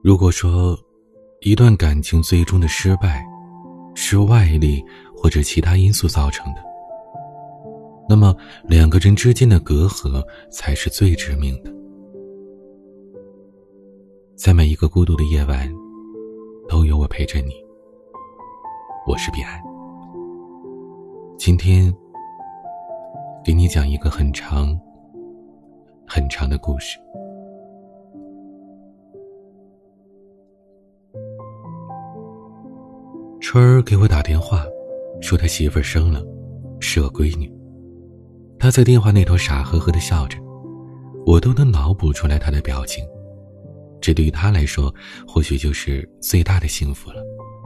如果说一段感情最终的失败是外力或者其他因素造成的，那么两个人之间的隔阂才是最致命的。在每一个孤独的夜晚，都有我陪着你。我是彼岸。今天给你讲一个很长很长的故事。春儿给我打电话说他媳妇儿生了，是个闺女。他在电话那头傻呵呵地笑着，我都能脑补出来他的表情。这对于他来说或许就是最大的幸福了。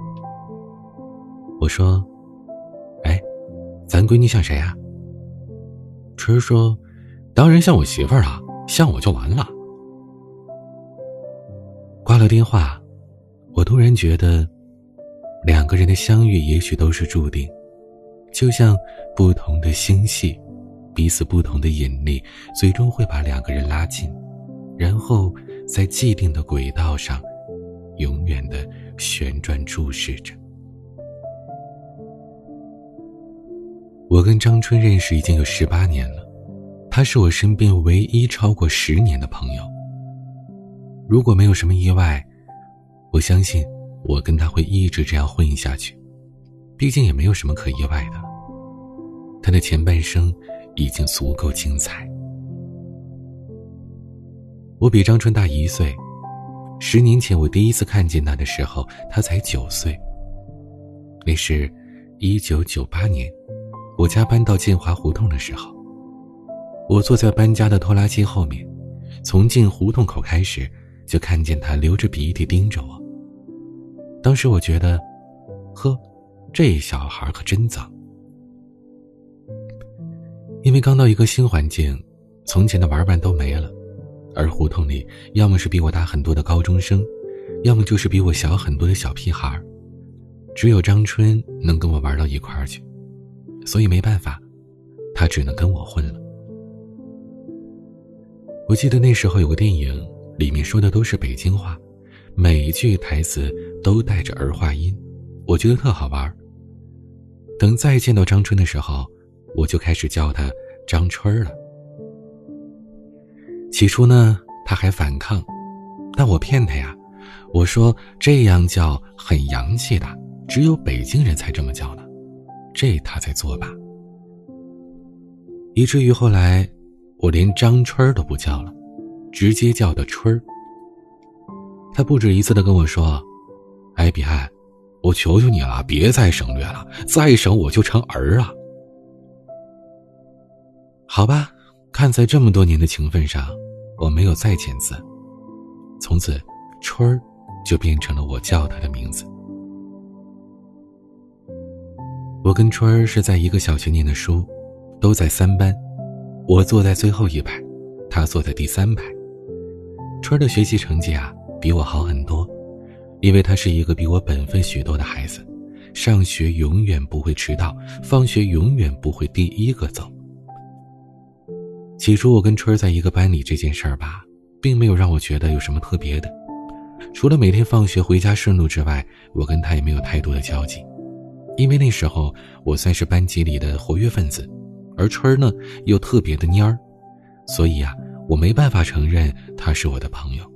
我说，咱闺女像谁啊？春儿说，当然像我媳妇儿了，像我就完了。挂了电话，我突然觉得两个人的相遇也许都是注定，就像不同的星系，彼此不同的引力，最终会把两个人拉近，然后在既定的轨道上永远的旋转注视着。我跟张春认识已经有18年了，他是我身边唯一超过10年的朋友。如果没有什么意外，我相信我跟他会一直这样混下去，毕竟也没有什么可意外的。他的前半生已经足够精彩。我比张春大1岁，10年前我第一次看见他的时候，他才9岁。那是1998年，我家搬到建华胡同的时候，我坐在搬家的拖拉机后面，从进胡同口开始，就看见他流着鼻涕盯着我。当时我觉得，这小孩可真脏。因为刚到一个新环境，从前的玩伴都没了，而胡同里要么是比我大很多的高中生，要么就是比我小很多的小屁孩，只有张春能跟我玩到一块儿去，所以没办法，他只能跟我混了。我记得那时候有个电影，里面说的都是北京话，每一句台词都带着儿化音，我觉得特好玩。等再见到张春的时候，我就开始叫他张春了。起初呢，他还反抗，但我骗他呀，我说这样叫很洋气的，只有北京人才这么叫的，这他才作罢。以至于后来我连张春都不叫了，直接叫的春儿。他不止一次地跟我说，彼岸，我求求你了，别再省略了，再省我就成儿啊。好吧，看在这么多年的情分上，我没有再签字。从此春儿就变成了我叫他的名字。我跟春儿是在一个小学念的书，都在3班，我坐在最后一排，他坐在第3排。春儿的学习成绩比我好很多，因为他是一个比我本分许多的孩子，上学永远不会迟到，放学永远不会第一个走。起初我跟春儿在一个班里这件事儿吧，并没有让我觉得有什么特别的，除了每天放学回家顺路之外，我跟他也没有太多的交集。因为那时候我算是班级里的活跃分子，而春儿呢又特别的蔫儿，所以我没办法承认他是我的朋友。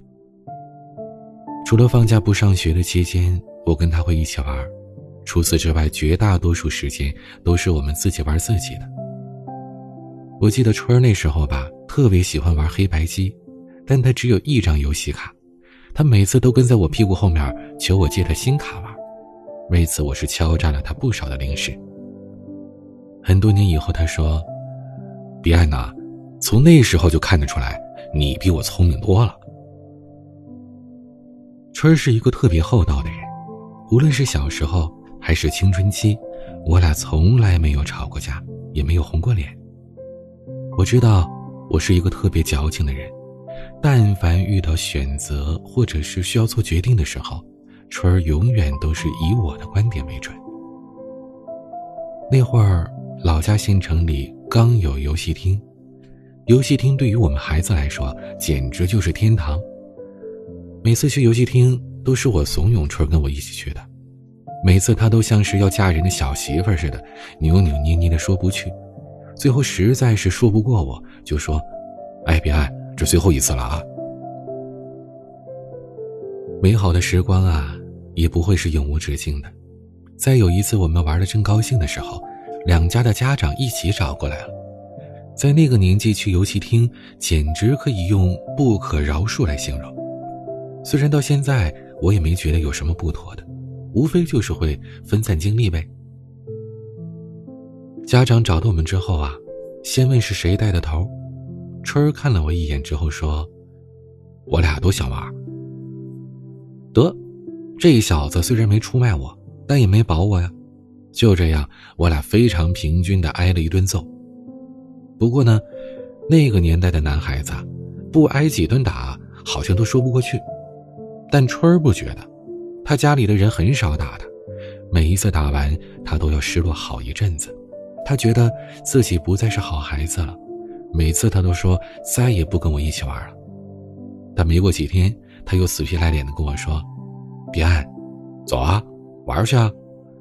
除了放假不上学的期间，我跟他会一起玩，除此之外绝大多数时间都是我们自己玩自己的。我记得春儿那时候吧，特别喜欢玩黑白机，但他只有1张游戏卡，他每次都跟在我屁股后面求我借他新卡玩，为此我是敲诈了他不少的零食。很多年以后他说，彼岸呐，从那时候就看得出来，你比我聪明多了。春儿是一个特别厚道的人，无论是小时候还是青春期，我俩从来没有吵过架，也没有红过脸。我知道我是一个特别矫情的人，但凡遇到选择或者是需要做决定的时候，春儿永远都是以我的观点为准。那会儿老家县城里刚有游戏厅，游戏厅对于我们孩子来说简直就是天堂。 每次去游戏厅都是我怂恿春跟我一起去的，每次他都像是要嫁人的小媳妇似的，扭扭捏捏的说不去，最后实在是说不过我，就说：“哎，别爱，这最后一次了啊。”美好的时光啊，也不会是永无止境的。在有一次我们玩得正高兴的时候，两家的家长一起找过来了。在那个年纪去游戏厅，简直可以用不可饶恕来形容。虽然到现在我也没觉得有什么不妥的，无非就是会分散精力呗。家长找到我们之后啊，先问是谁带的头。春儿看了我一眼之后说：“我俩都想玩。”得，这小子虽然没出卖我，但也没保我呀。就这样，我俩非常平均地挨了一顿揍。不过呢，那个年代的男孩子不挨几顿打好像都说不过去。但春儿不觉得，他家里的人很少打他，每一次打完他都要失落好一阵子。他觉得自己不再是好孩子了，每次他都说再也不跟我一起玩了。但没过几天，他又死皮赖脸地跟我说：“别爱，走啊，玩去啊。”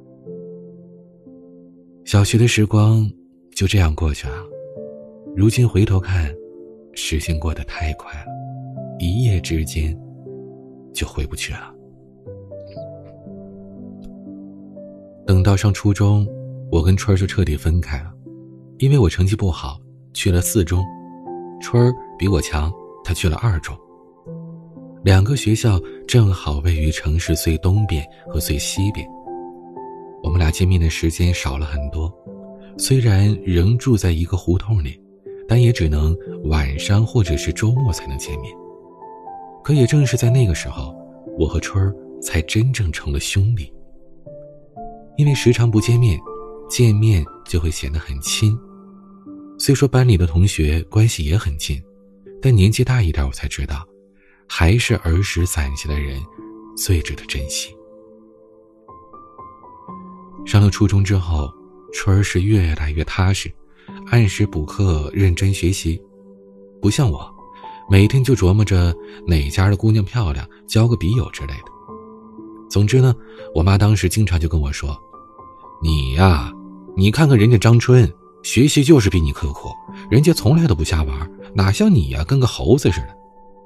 小学的时光就这样过去了。如今回头看，时间过得太快了，一夜之间就回不去了。等到上初中，我跟春儿就彻底分开了，因为我成绩不好，去了4中，春儿比我强，他去了2中。两个学校正好位于城市最东边和最西边，我们俩见面的时间少了很多，虽然仍住在一个胡同里，但也只能晚上或者是周末才能见面。可也正是在那个时候，我和春儿才真正成了兄弟。因为时常不见面，见面就会显得很亲。虽说班里的同学关系也很近，但年纪大一点我才知道，还是儿时攒下的人最值得珍惜。上了初中之后，春儿是越来越踏实，按时补课，认真学习。不像我，每天就琢磨着哪家的姑娘漂亮，交个笔友之类的。总之呢，我妈当时经常就跟我说：“你呀，你看看人家张春，学习就是比你刻苦，人家从来都不瞎玩，哪像你呀，跟个猴子似的。”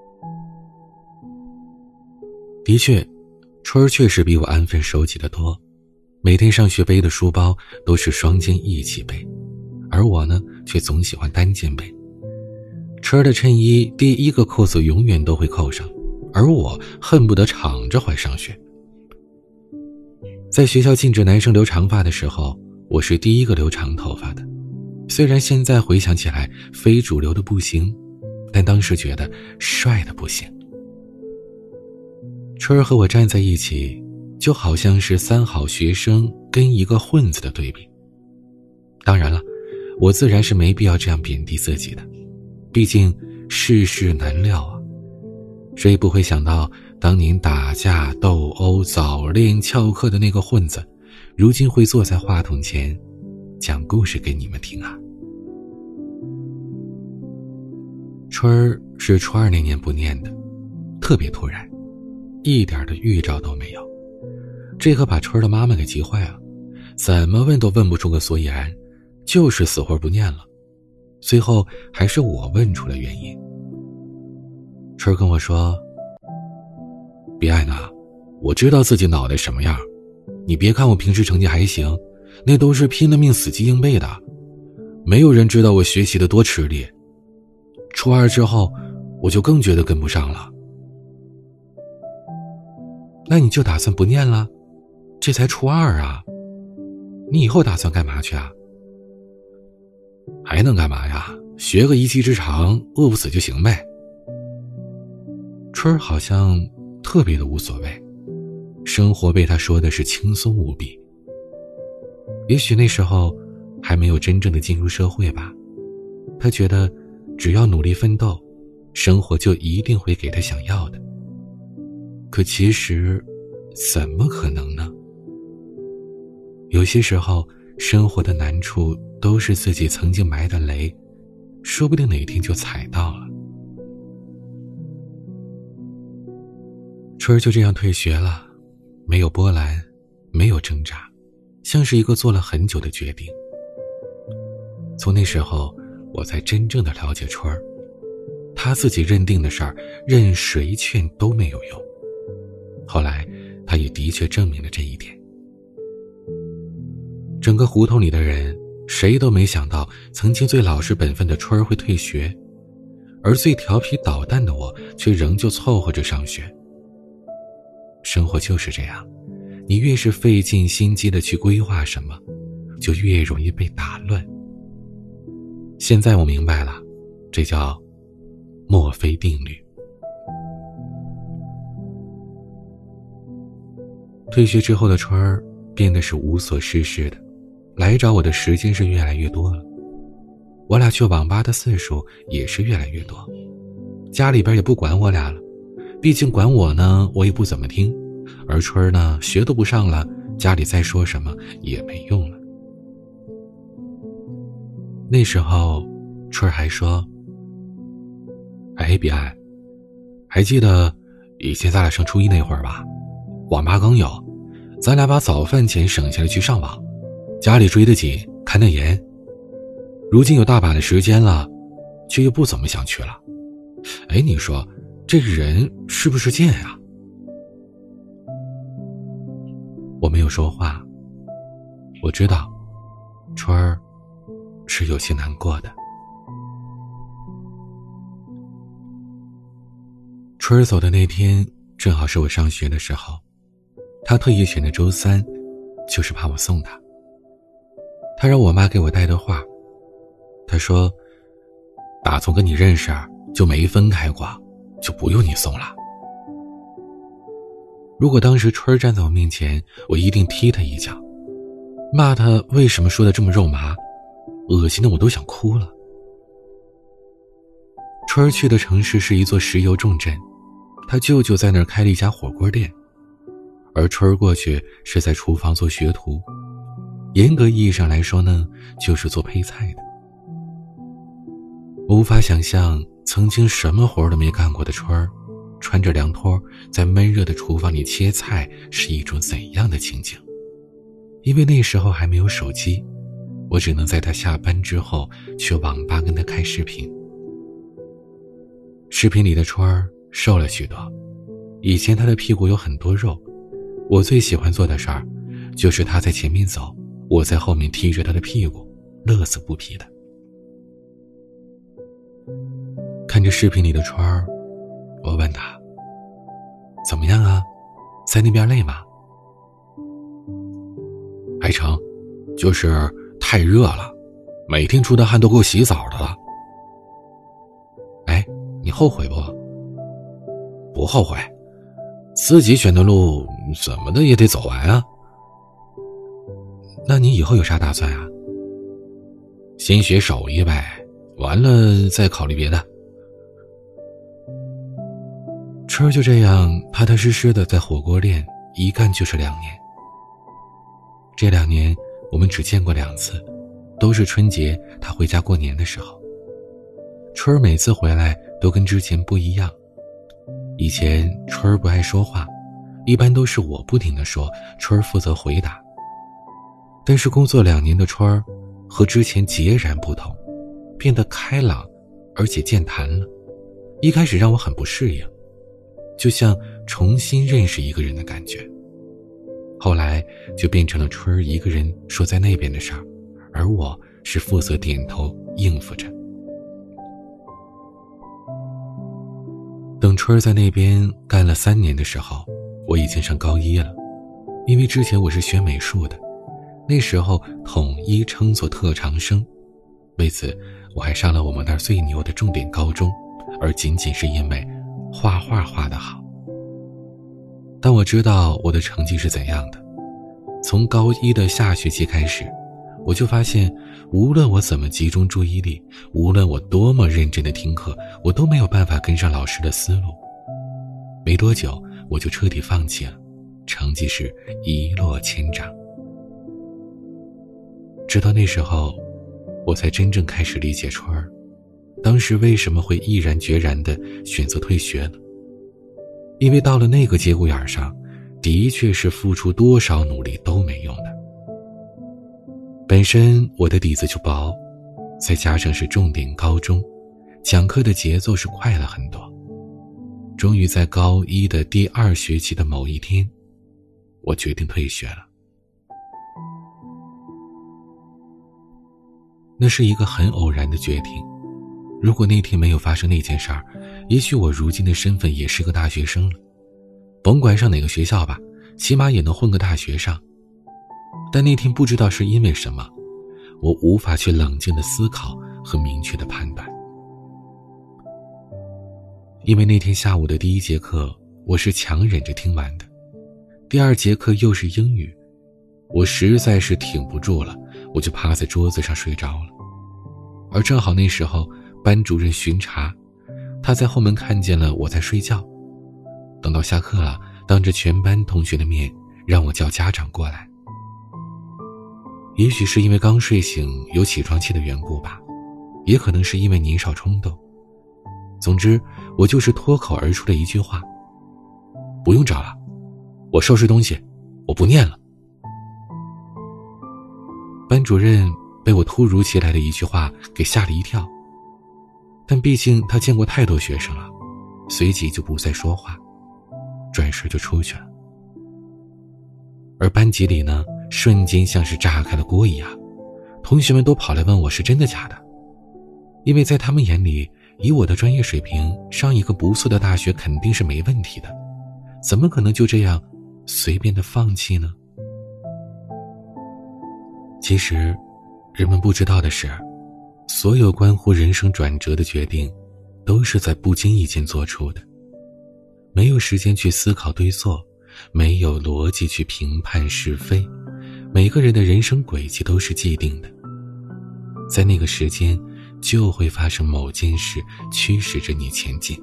的确，春儿确实比我安分守己的多，每天上学背的书包都是双肩一起背，而我呢，却总喜欢单肩背。春儿的衬衣第一个扣子永远都会扣上，而我恨不得敞着怀上学。在学校禁止男生留长发的时候，我是第一个留长头发的。虽然现在回想起来非主流的不行，但当时觉得帅的不行。春儿和我站在一起，就好像是3好学生跟一个混子的对比。当然了，我自然是没必要这样贬低自己的，毕竟世事难料啊。谁不会想到当年打架斗殴早恋翘课的那个混子，如今会坐在话筒前讲故事给你们听啊。春儿是初2那年不念的，特别突然，一点的预兆都没有。这可把春儿的妈妈给急坏了，怎么问都问不出个所以然，就是死活不念了。最后还是我问出了原因。春儿跟我说：“别爱娜，我知道自己脑袋什么样，你别看我平时成绩还行，那都是拼了命死记硬背的，没有人知道我学习的多吃力。初2之后，我就更觉得跟不上了。”那你就打算不念了？这才初2啊，你以后打算干嘛去啊？还能干嘛呀？学个一技之长，饿不死就行呗。春儿好像特别的无所谓，生活被他说的是轻松无比。也许那时候还没有真正的进入社会吧，他觉得只要努力奋斗，生活就一定会给他想要的。可其实怎么可能呢？有些时候生活的难处都是自己曾经埋的雷，说不定哪天就踩到了。 春儿就这样退学了，没有波澜，没有挣扎，像是一个做了很久的决定。从那时候，我才真正的了解春儿，他自己认定的事儿，任谁劝都没有用。后来，他也的确证明了这一点。整个胡同里的人，谁都没想到，曾经最老实本分的春儿会退学，而最调皮捣蛋的我，却仍旧凑合着上学。生活就是这样，你越是费尽心机的去规划什么，就越容易被打乱。现在我明白了，这叫墨菲定律。退学之后的春儿变得是无所事事的，来找我的时间是越来越多了，我俩去网吧的次数也是越来越多，家里边也不管我俩了，毕竟管我呢，我也不怎么听，而春儿呢，学都不上了，家里再说什么也没用了。那时候春儿还说，彼岸，还记得以前咱俩上初一那会儿吧，网吧刚有，咱俩把早饭钱省下来去上网，家里追得紧，看得严，如今有大把的时间了，却又不怎么想去了。你说这个人是不是贱呀？我没有说话，我知道春儿是有些难过的。春儿走的那天正好是我上学的时候，他特意选的周三，就是怕我送他。他让我妈给我带的话，他说，打从跟你认识就没分开过，就不用你送了。如果当时春儿站在我面前，我一定踢他一脚，骂他为什么说的这么肉麻，恶心的我都想哭了。春儿去的城市是一座石油重镇，他舅舅在那儿开了一家火锅店，而春儿过去是在厨房做学徒，严格意义上来说呢，就是做配菜的。我无法想象曾经什么活都没干过的春儿，穿着凉拖在闷热的厨房里切菜是一种怎样的情景。因为那时候还没有手机，我只能在他下班之后去网吧跟他开视频。视频里的春儿瘦了许多，以前他的屁股有很多肉，我最喜欢做的事儿就是他在前面走，我在后面踢着他的屁股，乐此不疲的。看着视频里的春儿，我问他，怎么样啊，在那边累吗？还成，就是太热了，每天出的汗都够洗澡的了。你后悔不？不后悔，自己选的路怎么的也得走完啊。那你以后有啥打算啊？先学手艺呗，完了再考虑别的。春儿就这样踏踏实实的在火锅店一干就是2年。这2年我们只见过2次，都是春节他回家过年的时候。春儿每次回来都跟之前不一样，以前春儿不爱说话，一般都是我不停地说，春儿负责回答。但是工作2年的春儿和之前截然不同，变得开朗而且健谈了，一开始让我很不适应，就像重新认识一个人的感觉。后来就变成了春儿一个人说在那边的事儿，而我是负责点头应付着。等春儿在那边干了3年的时候，我已经上高一了。因为之前我是学美术的，那时候统一称作特长生，为此我还上了我们那儿最牛的重点高中，而仅仅是因为画画画得好。但我知道我的成绩是怎样的，从高一的下学期开始，我就发现无论我怎么集中注意力，无论我多么认真的听课，我都没有办法跟上老师的思路。没多久我就彻底放弃了，成绩是一落千丈。直到那时候我才真正开始理解春儿当时为什么会毅然决然地选择退学了。 因为到了那个节骨眼上，的确是付出多少努力都没用的。本身我的底子就薄，再加上是重点高中，讲课的节奏是快了很多。终于在高一的第2学期的某一天，我决定退学了。那是一个很偶然的决定，如果那天没有发生那件事儿，也许我如今的身份也是个大学生了，甭管上哪个学校吧，起码也能混个大学上。但那天不知道是因为什么，我无法去冷静的思考和明确的判断。因为那天下午的第1节课我是强忍着听完的，第2节课又是英语，我实在是挺不住了，我就趴在桌子上睡着了。而正好那时候班主任巡查，他在后门看见了我在睡觉，等到下课了，当着全班同学的面让我叫家长过来。也许是因为刚睡醒有起床气的缘故吧，也可能是因为年少冲动。总之我就是脱口而出的一句话：不用找了，我收拾东西，我不念了。班主任被我突如其来的一句话给吓了一跳，但毕竟他见过太多学生了，随即就不再说话，转身就出去了。而班级里呢，瞬间像是炸开了锅一样，同学们都跑来问我是真的假的，因为在他们眼里，以我的专业水平，上一个不错的大学肯定是没问题的，怎么可能就这样随便的放弃呢？其实人们不知道的是，所有关乎人生转折的决定都是在不经意间做出的，没有时间去思考对错，没有逻辑去评判是非，每个人的人生轨迹都是既定的，在那个时间就会发生某件事驱使着你前进。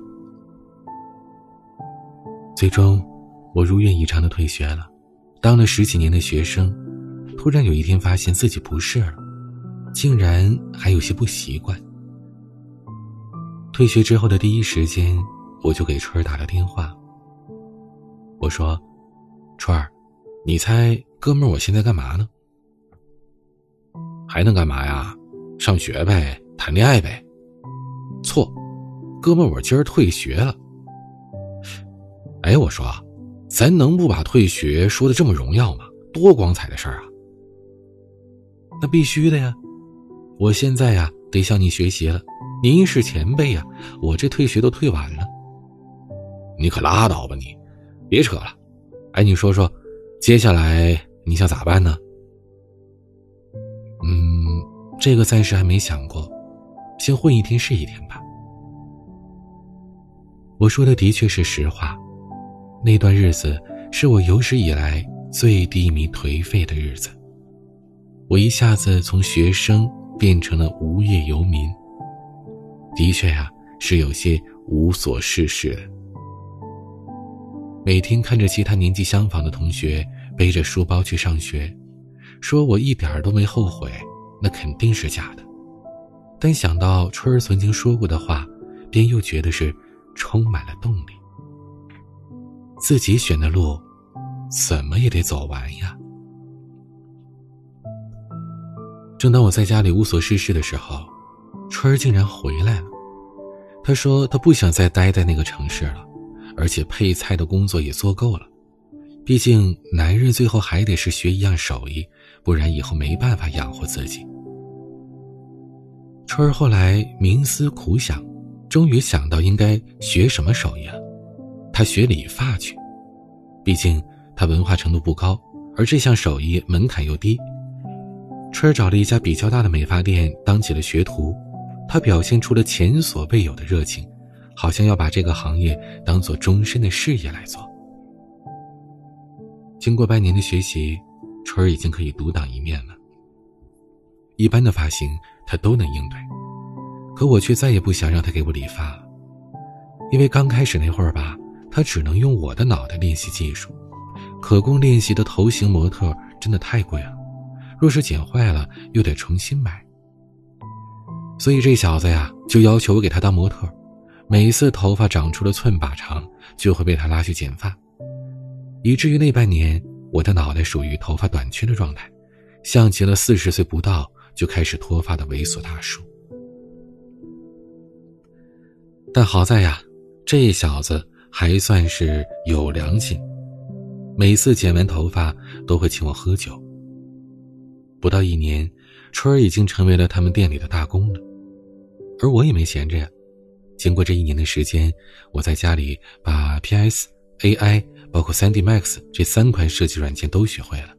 最终我如愿以偿地退学了，当了10几年的学生，突然有一天发现自己不是了，竟然还有些不习惯。退学之后的第一时间，我就给春儿打了电话。我说：春儿，你猜哥们儿我现在干嘛呢？还能干嘛呀？上学呗，谈恋爱呗。错，哥们儿我今儿退学了。哎，我说，咱能不把退学说得这么荣耀吗？多光彩的事儿啊！那必须的呀，我现在呀得向你学习了，您是前辈呀，我这退学都退晚了。你可拉倒吧你，别扯了。哎，你说说，接下来你想咋办呢？这个暂时还没想过，先混一天是一天吧。我说的的确是实话，那段日子是我有史以来最低迷颓废的日子。我一下子从学生变成了无业游民，的确啊，是有些无所事事的。每天看着其他年纪相仿的同学背着书包去上学，说我一点都没后悔，那肯定是假的。但想到春儿曾经说过的话，便又觉得是充满了动力。自己选的路，怎么也得走完呀。正当我在家里无所事事的时候，春儿竟然回来了。她说她不想再待在那个城市了，而且配菜的工作也做够了，毕竟男人最后还得是学一样手艺，不然以后没办法养活自己。春儿后来冥思苦想，终于想到应该学什么手艺了。她学理发去，毕竟她文化程度不高，而这项手艺门槛又低。春儿找了一家比较大的美发店当起了学徒，她表现出了前所未有的热情，好像要把这个行业当作终身的事业来做。经过半年的学习，春儿已经可以独当一面了。一般的发型她都能应对，可我却再也不想让她给我理发了，因为刚开始那会儿吧，她只能用我的脑袋练习技术，可供练习的头型模特真的太贵了，若是剪坏了又得重新买。所以这小子呀就要求我给他当模特， 每一次头发长出了寸把长，就会被他拉去剪发，以至于那半年我的脑袋属于头发短缺的状态，像极了40岁不到就开始脱发的猥琐大叔。但好在呀，这小子还算是有良心，每次剪完头发都会请我喝酒。不到1年，春儿已经成为了他们店里的大公了，而我也没闲着呀。经过这1年的时间，我在家里把 PS、AI 包括 3D Max 这3款设计软件都学会了。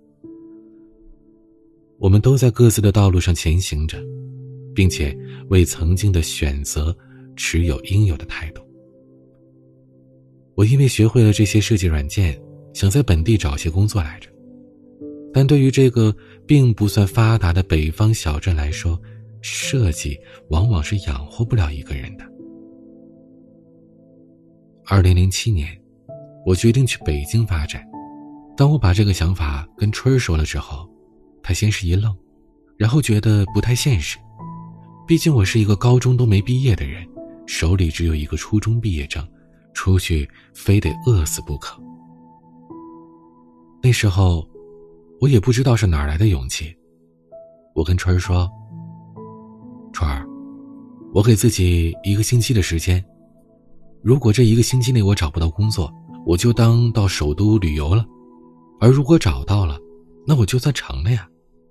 我们都在各自的道路上前行着，并且为曾经的选择持有应有的态度。我因为学会了这些设计软件，想在本地找些工作来着，但对于这个并不算发达的北方小镇来说，设计往往是养活不了一个人的。2007年，我决定去北京发展。当我把这个想法跟春儿说了之后，他先是一愣，然后觉得不太现实。毕竟我是一个高中都没毕业的人，手里只有一个初中毕业证，出去非得饿死不可。那时候我也不知道是哪儿来的勇气，我跟春儿说，春儿，我给自己1个星期的时间，如果这1个星期内我找不到工作，我就当到首都旅游了，而如果找到了，那我就算成了呀。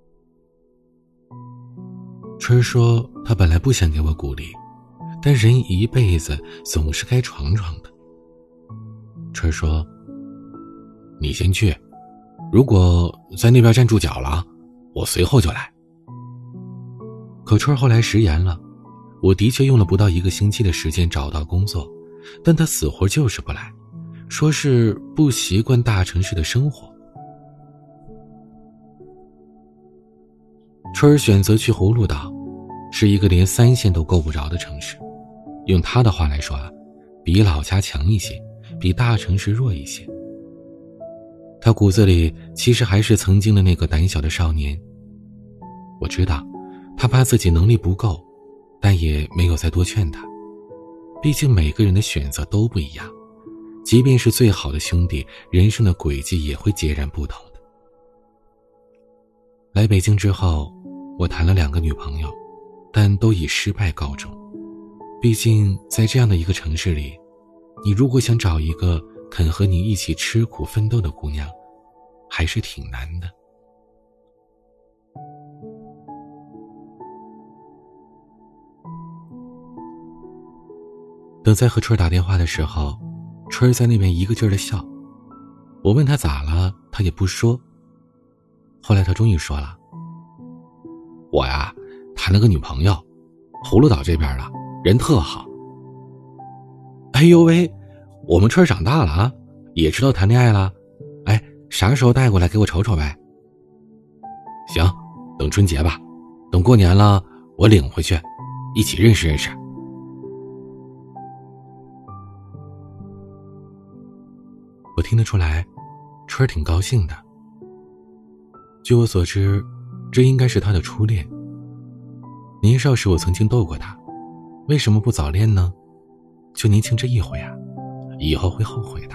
春儿说他本来不想给我鼓励，但人一辈子总是该闯闯的。春儿说，你先去，如果在那边站住脚了，我随后就来。可春儿后来食言了，我的确用了不到1个星期的时间找到工作，但他死活就是不来，说是不习惯大城市的生活。春儿选择去葫芦岛，是一个连3线都够不着的城市，用他的话来说啊，比老家强一些，比大城市弱一些。他骨子里其实还是曾经的那个胆小的少年。我知道他怕自己能力不够，但也没有再多劝他，毕竟每个人的选择都不一样，即便是最好的兄弟，人生的轨迹也会截然不同的。来北京之后，我谈了2个女朋友，但都以失败告终。毕竟在这样的一个城市里，你如果想找一个肯和你一起吃苦奋斗的姑娘，还是挺难的。等在和春儿打电话的时候，春儿在那边一个劲儿的笑。我问他咋了，他也不说。后来他终于说了，我呀谈了个女朋友，葫芦岛这边的，人特好。哎呦喂，我们春儿长大了啊，也知道谈恋爱了。哎，啥时候带过来给我瞅瞅呗？行，等春节吧，等过年了我领回去，一起认识认识。我听得出来，春儿挺高兴的。据我所知，这应该是他的初恋。年少时我曾经逗过他，为什么不早恋呢？就年轻这一回啊，以后会后悔的。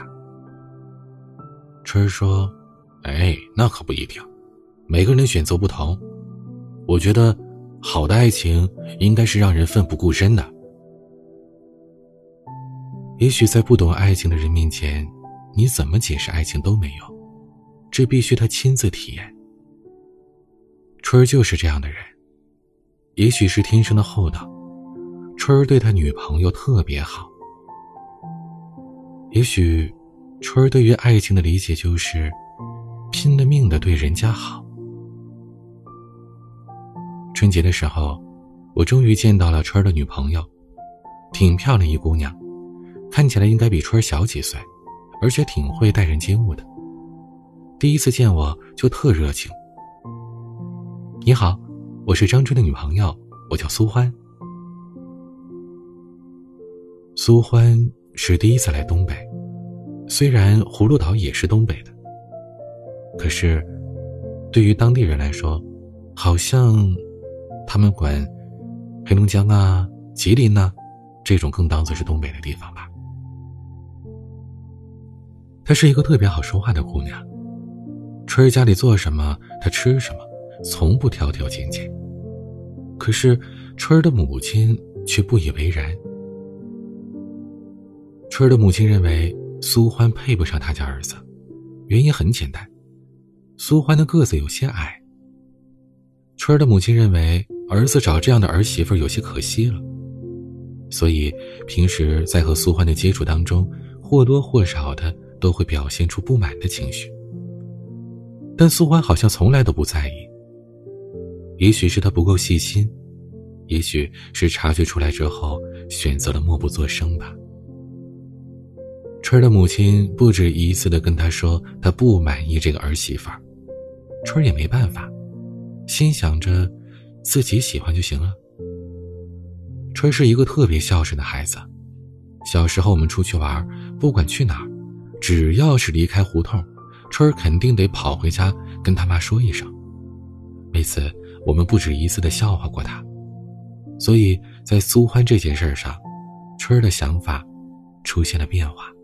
春儿说，哎，那可不一定，每个人选择不同。我觉得好的爱情应该是让人奋不顾身的。也许在不懂爱情的人面前，你怎么解释爱情都没有，这必须他亲自体验。春儿就是这样的人，也许是天生的厚道，春儿对他女朋友特别好。也许春儿对于爱情的理解就是拼了命的对人家好。春节的时候，我终于见到了春儿的女朋友，挺漂亮一姑娘，看起来应该比春儿小几岁，而且挺会待人接物的。第一次见我就特热情。你好，我是张春的女朋友，我叫苏欢。苏欢是第一次来东北，虽然葫芦岛也是东北的，可是对于当地人来说，好像他们管黑龙江啊、吉林啊这种更当作是东北的地方吧。她是一个特别好说话的姑娘，春儿家里做什么她吃什么，从不挑挑拣拣。可是春儿的母亲却不以为然。春儿的母亲认为苏欢配不上她家儿子，原因很简单，苏欢的个子有些矮。春儿的母亲认为儿子找这样的儿媳妇有些可惜了，所以平时在和苏欢的接触当中，或多或少的都会表现出不满的情绪。但苏欢好像从来都不在意，也许是他不够细心，也许是察觉出来之后选择了默不作声吧。春儿的母亲不止一次地跟他说他不满意这个儿媳妇儿，春儿也没办法，心想着自己喜欢就行了。春儿是一个特别孝顺的孩子，小时候我们出去玩，不管去哪儿，只要是离开胡同，春儿肯定得跑回家跟他妈说一声。为此我们不止一次地笑话过他，所以在苏欢这件事上，春儿的想法出现了变化。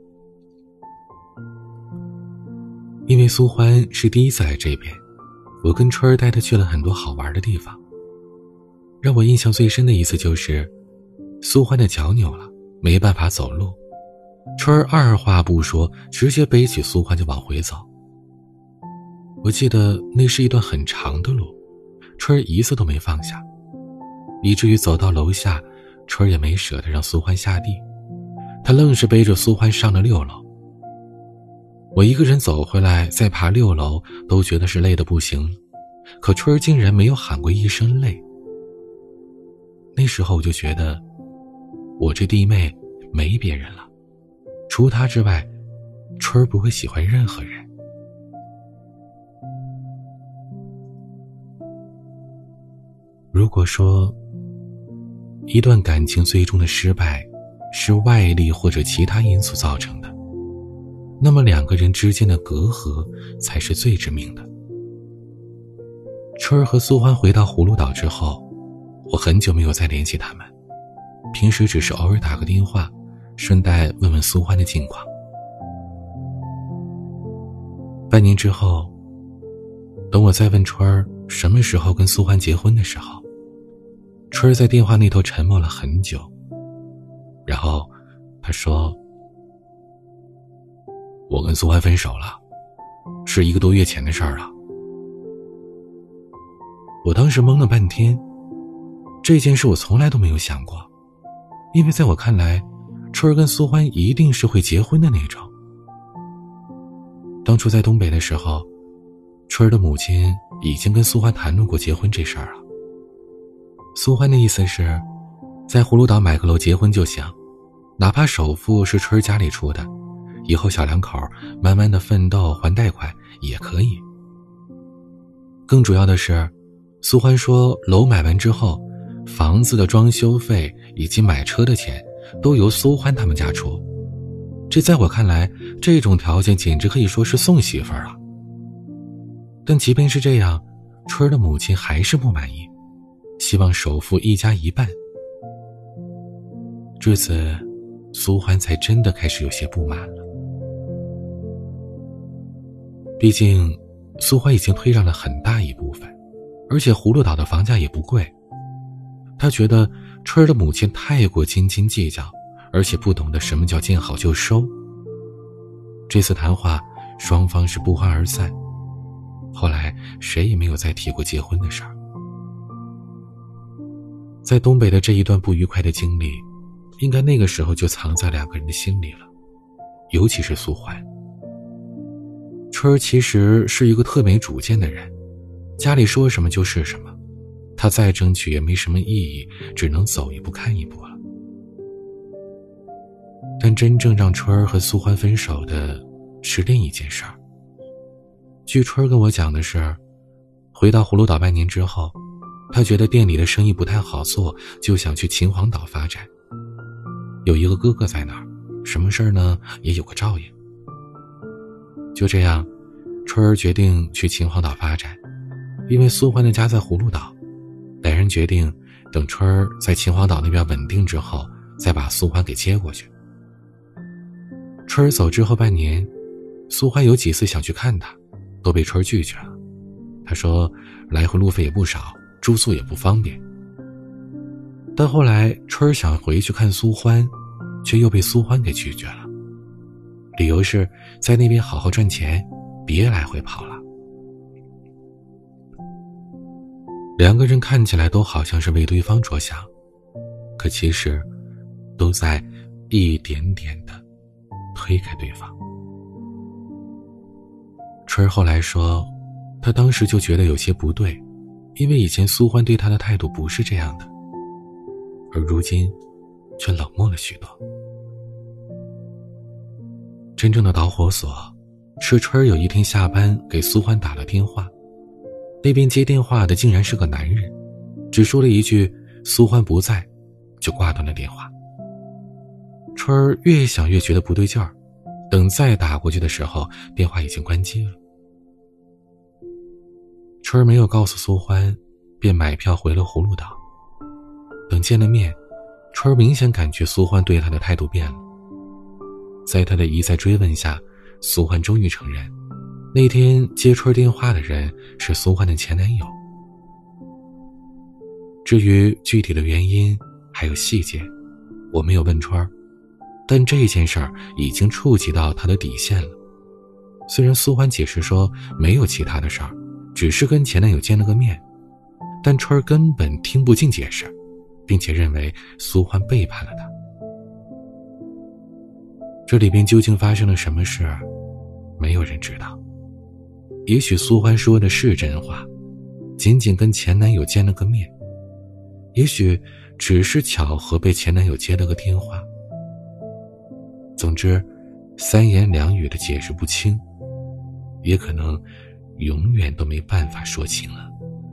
因为苏欢是第一次来这边，我跟春儿带他去了很多好玩的地方。让我印象最深的一次就是苏欢的脚扭了，没办法走路，春儿二话不说，直接背起苏欢就往回走。我记得那是一段很长的路，春儿一次都没放下，以至于走到楼下，春儿也没舍得让苏欢下地，他愣是背着苏欢上了6楼。我一个人走回来再爬6楼都觉得是累得不行，可春儿竟然没有喊过一声累。那时候我就觉得我这弟妹没别人了，除她之外，春儿不会喜欢任何人。如果说一段感情最终的失败是外力或者其他因素造成的，那么两个人之间的隔阂才是最致命的。春儿和苏欢回到葫芦岛之后，我很久没有再联系他们，平时只是偶尔打个电话，顺带问问苏欢的近况。半年之后，等我再问春儿什么时候跟苏欢结婚的时候，春儿在电话那头沉默了很久，然后他说，我跟苏欢分手了，是1个多月前的事儿了。我当时懵了半天，这件事我从来都没有想过，因为在我看来，春儿跟苏欢一定是会结婚的那种。当初在东北的时候，春儿的母亲已经跟苏欢谈论过结婚这事儿了。苏欢的意思是，在葫芦岛买个楼结婚就行，哪怕首付是春儿家里出的，以后小两口慢慢的奋斗还贷款也可以。更主要的是，苏欢说楼买完之后，房子的装修费以及买车的钱都由苏欢他们家出。这在我看来，这种条件简直可以说是送媳妇儿了。但即便是这样，春儿的母亲还是不满意，希望首付1加1半。至此，苏欢才真的开始有些不满了。毕竟苏欢已经退让了很大一部分，而且葫芦岛的房价也不贵。他觉得春儿的母亲太过斤斤计较，而且不懂得什么叫见好就收。这次谈话双方是不欢而散，后来谁也没有再提过结婚的事儿。在东北的这一段不愉快的经历，应该那个时候就藏在2个人的心里了，尤其是苏欢。春儿其实是一个特没主见的人，家里说什么就是什么，他再争取也没什么意义，只能走一步看一步了。但真正让春儿和苏欢分手的是另一件事儿。据春儿跟我讲的是，回到葫芦岛半年之后，他觉得店里的生意不太好做，就想去秦皇岛发展。有一个哥哥在那儿，什么事儿呢也有个照应。就这样，春儿决定去秦皇岛发展，因为苏欢的家在葫芦岛，2人决定等春儿在秦皇岛那边稳定之后， 再把苏欢给接过去。春儿走之后半年，苏欢有几次想去看他，都被春儿拒绝了。他说来回路费也不少，住宿也不方便。但后来春儿想回去看苏欢，却又被苏欢给拒绝了，理由是在那边好好赚钱，别来回跑了。两个人看起来都好像是为对方着想，可其实都在一点点的推开对方。春儿后来说，他当时就觉得有些不对，因为以前苏欢对他的态度不是这样的，而如今却冷漠了许多。真正的导火索是春儿有一天下班给苏欢打了电话，那边接电话的竟然是个男人，只说了一句苏欢不在，就挂断了电话。春儿越想越觉得不对劲儿，等再打过去的时候，电话已经关机了。春儿没有告诉苏欢，便买票回了葫芦岛。等见了面，春儿明显感觉苏欢对他的态度变了。在他的一再追问下，苏欢终于承认，那天接春儿电话的人是苏欢的前男友。至于具体的原因还有细节，我没有问春儿，但这件事儿已经触及到他的底线了。虽然苏欢解释说没有其他的事儿，只是跟前男友见了个面，但春儿根本听不进解释，并且认为苏欢背叛了他。这里边究竟发生了什么事，没有人知道。也许苏欢说的是真话，仅仅跟前男友见了个面，也许只是巧合被前男友接了个电话。总之，三言两语的解释不清，也可能永远都没办法说清了。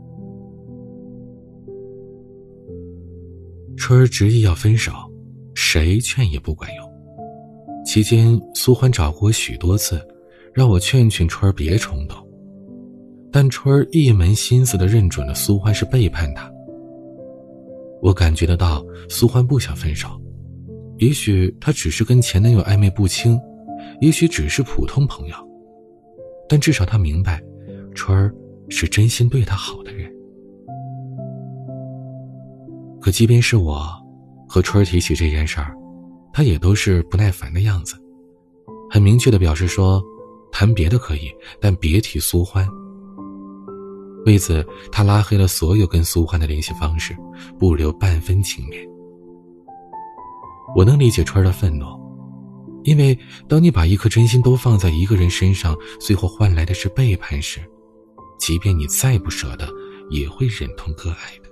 春儿执意要分手，谁劝也不管用。期间苏欢找过我许多次，让我劝劝春儿别冲动，但春儿一门心思地认准了苏欢是背叛他。我感觉得到苏欢不想分手，也许他只是跟前男友暧昧不清，也许只是普通朋友，但至少他明白春儿是真心对他好的人。可即便是我和春儿提起这件事儿，他也都是不耐烦的样子，很明确地表示说谈别的可以，但别提苏欢。为此他拉黑了所有跟苏欢的联系方式，不留半分情面。我能理解春儿的愤怒，因为当你把一颗真心都放在一个人身上，最后换来的是背叛时，即便你再不舍得，也会忍痛割爱的。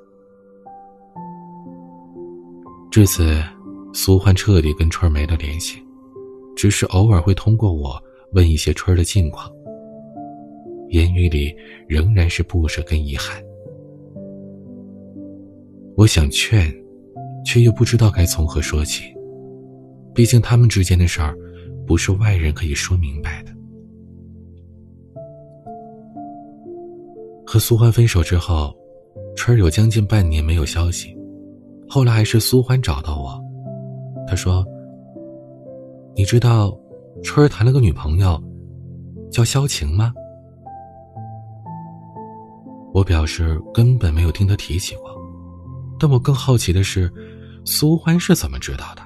至此苏欢彻底跟春儿没了联系，只是偶尔会通过我问一些春儿的近况，言语里仍然是不舍跟遗憾。我想劝，却又不知道该从何说起，毕竟他们之间的事儿不是外人可以说明白的。和苏欢分手之后，春儿有将近半年没有消息，后来还是苏欢找到我，他说你知道春儿谈了个女朋友叫萧晴吗？我表示根本没有听他提起过，但我更好奇的是苏欢是怎么知道的。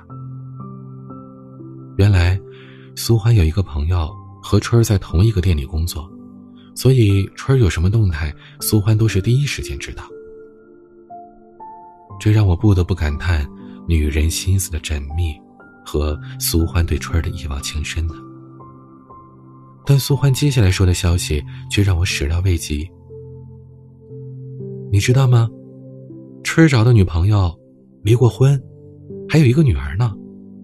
原来苏欢有一个朋友和春儿在同一个店里工作，所以春儿有什么动态，苏欢都是第一时间知道。这让我不得不感叹女人心思的缜密和苏欢对春儿的一往情深呢。但苏欢接下来说的消息却让我始料未及。你知道吗？春儿找的女朋友离过婚，还有一个女儿呢。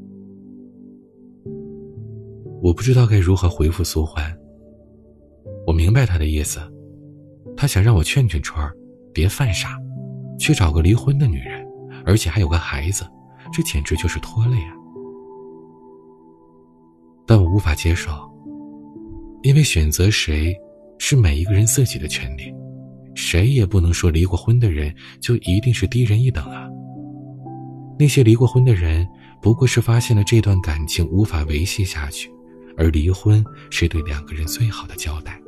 我不知道该如何回复苏欢，我明白他的意思，他想让我劝劝春儿别犯傻，去找个离婚的女人，而且还有个孩子，这简直就是拖累啊。但我无法接受，因为选择谁是每一个人自己的权利，谁也不能说离过婚的人就一定是低人一等啊。 那些离过婚的人不过是发现了这段感情无法维系下去，而离婚是对两个人最好的交代。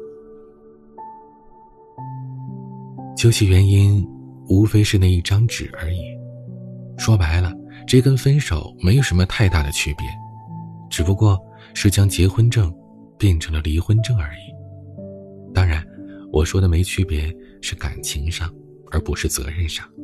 究其原因，无非是那一张纸而已。说白了，这跟分手没有什么太大的区别，只不过是将结婚证变成了离婚证而已。当然，我说的没区别是感情上，而不是责任上。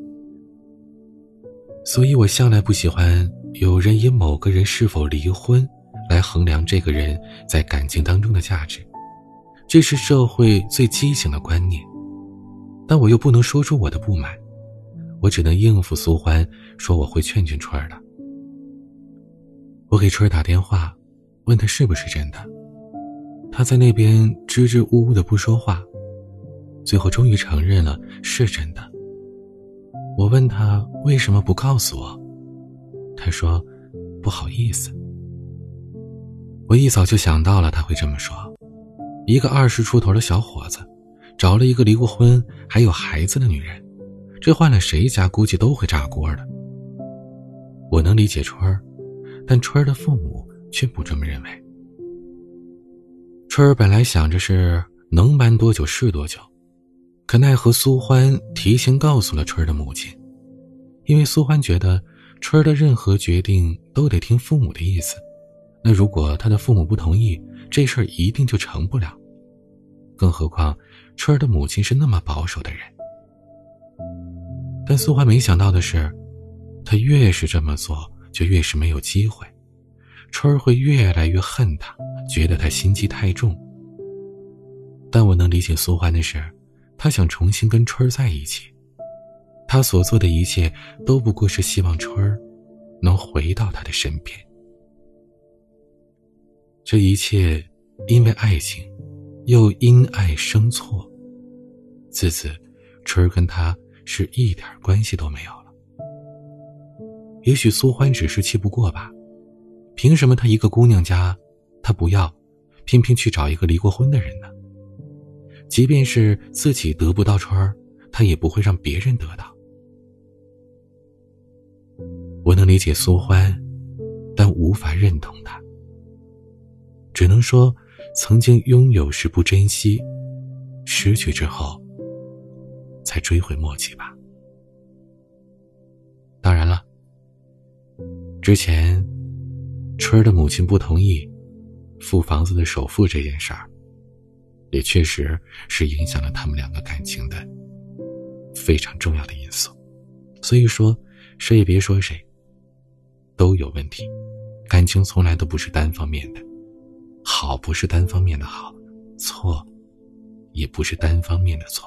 所以我向来不喜欢有人以某个人是否离婚来衡量这个人在感情当中的价值，这是社会最畸形的观念。但我又不能说出我的不满，我只能应付苏欢，说我会劝劝春儿的。我给春儿打电话，问他是不是真的。他在那边支支吾吾的不说话，最后终于承认了是真的。我问他为什么不告诉我，他说不好意思。我一早就想到了他会这么说，一个20出头的小伙子找了一个离过婚还有孩子的女人，这换了谁家估计都会炸锅的。我能理解春儿，但春儿的父母却不这么认为。春儿本来想着是能瞒多久是多久，可奈何苏欢提前告诉了春儿的母亲，因为苏欢觉得春儿的任何决定都得听父母的意思，那如果他的父母不同意，这事儿一定就成不了。更何况春儿的母亲是那么保守的人。但苏欢没想到的是，他越是这么做就越是没有机会，春儿会越来越恨他，觉得他心机太重。但我能理解苏欢的是，他想重新跟春儿在一起，他所做的一切都不过是希望春儿能回到他的身边。这一切因为爱情，又因爱生错，自此春儿跟他是一点关系都没有了。也许苏欢只是气不过吧，凭什么他一个姑娘家他不要，偏偏去找一个离过婚的人呢？即便是自己得不到春儿，他也不会让别人得到。我能理解苏欢，但无法认同他。只能说曾经拥有时不珍惜，失去之后才追悔莫及吧。当然了，之前春儿的母亲不同意付房子的首付这件事儿，也确实是影响了他们两个感情的非常重要的因素。所以说谁也别说谁，都有问题。感情从来都不是单方面的，好不是单方面的好，错也不是单方面的错。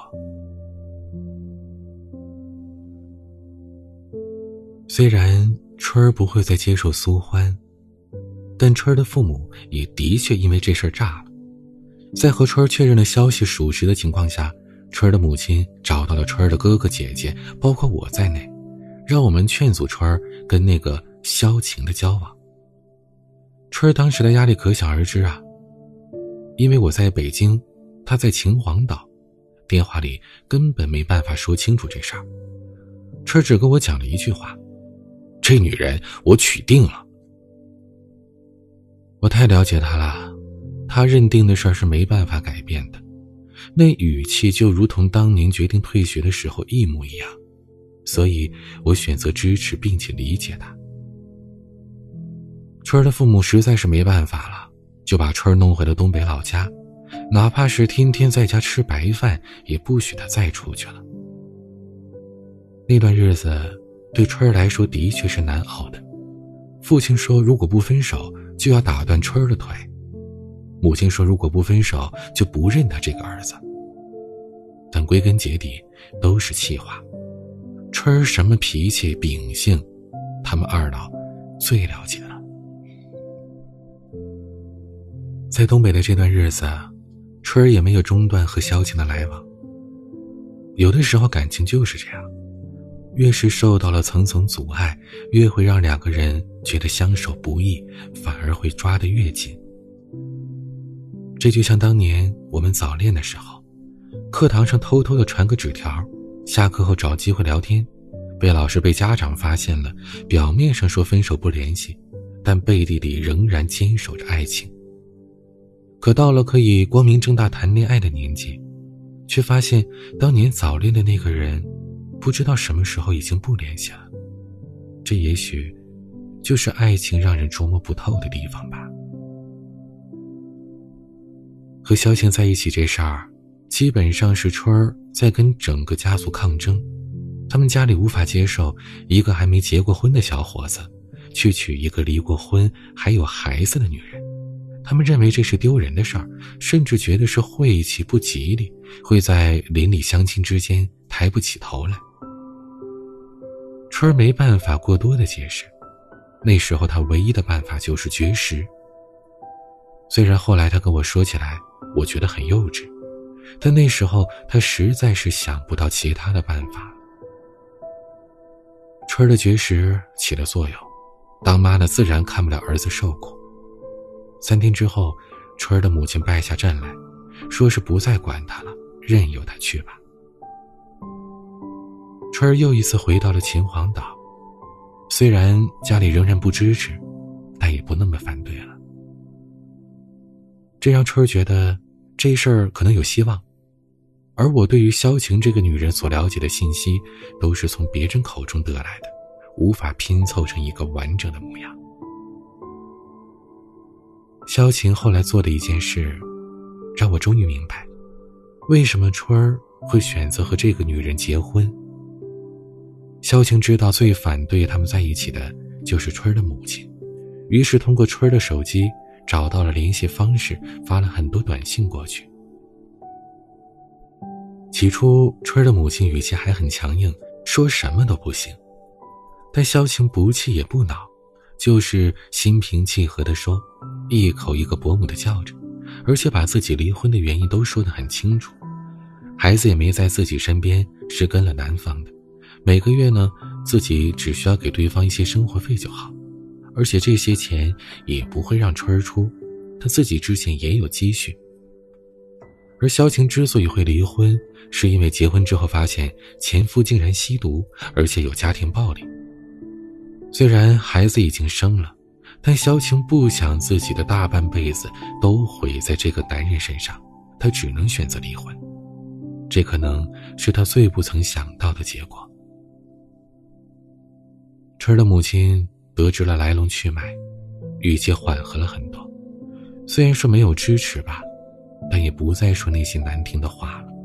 虽然春儿不会再接受苏欢，但春儿的父母也的确因为这事儿炸了。在和春儿确认了消息属实的情况下，春儿的母亲找到了春儿的哥哥姐姐，包括我在内，让我们劝阻春儿跟那个萧晴的交往。春儿当时的压力可想而知啊，因为我在北京，他在秦皇岛，电话里根本没办法说清楚这事儿。春儿只跟我讲了一句话，这女人我娶定了。我太了解他了，他认定的事儿是没办法改变的，那语气就如同当年决定退学的时候一模一样，所以我选择支持并且理解他。春儿的父母实在是没办法了，就把春儿弄回了东北老家，哪怕是天天在家吃白饭，也不许他再出去了。那段日子对春儿来说的确是难熬的。父亲说如果不分手就要打断春儿的腿，母亲说如果不分手就不认他这个儿子。但归根结底都是气话，春儿什么脾气秉性，他们二老最了解了。在东北的这段日子，春儿也没有中断和萧晴的来往。有的时候感情就是这样，越是受到了层层阻碍，越会让两个人觉得相守不易，反而会抓得越紧。这就像当年我们早恋的时候，课堂上偷偷地传个纸条，下课后找机会聊天， 被老师被家长发现了，表面上说分手不联系，但背地里仍然坚守着爱情。可到了可以光明正大谈恋爱的年纪，却发现当年早恋的那个人不知道什么时候已经不联系了。这也许就是爱情让人琢磨不透的地方吧。和萧晴在一起这事儿，基本上是春儿在跟整个家族抗争。他们家里无法接受一个还没结过婚的小伙子去娶一个离过婚还有孩子的女人，他们认为这是丢人的事儿，甚至觉得是晦气不吉利，会在邻里乡亲之间抬不起头来。春儿没办法过多的解释，那时候他唯一的办法就是绝食。虽然后来他跟我说起来我觉得很幼稚，但那时候他实在是想不到其他的办法。春儿的绝食起了作用，当妈的自然看不了儿子受苦。3天之后，春儿的母亲败下阵来，说是不再管他了，任由他去吧。春儿又一次回到了秦皇岛，虽然家里仍然不支持，但也不那么反对了。这让春儿觉得这事儿可能有希望，而我对于萧晴这个女人所了解的信息都是从别人口中得来的，无法拼凑成一个完整的模样。萧晴后来做的一件事让我终于明白为什么春儿会选择和这个女人结婚。萧晴知道最反对他们在一起的就是春儿的母亲，于是通过春儿的手机找到了联系方式，发了很多短信过去。起初春儿的母亲语气还很强硬，说什么都不行，但萧晴不气也不恼，就是心平气和地说，一口一个伯母的叫着，而且把自己离婚的原因都说得很清楚。孩子也没在自己身边，是跟了男方的，每个月呢自己只需要给对方一些生活费就好，而且这些钱也不会让春儿出，他自己之前也有积蓄。而萧晴之所以会离婚，是因为结婚之后发现前夫竟然吸毒，而且有家庭暴力。虽然孩子已经生了，但萧晴不想自己的大半辈子都毁在这个男人身上，她只能选择离婚。这可能是她最不曾想到的结果。春儿的母亲得知了来龙去脉，语气缓和了很多，虽然说没有支持吧，但也不再说那些难听的话了。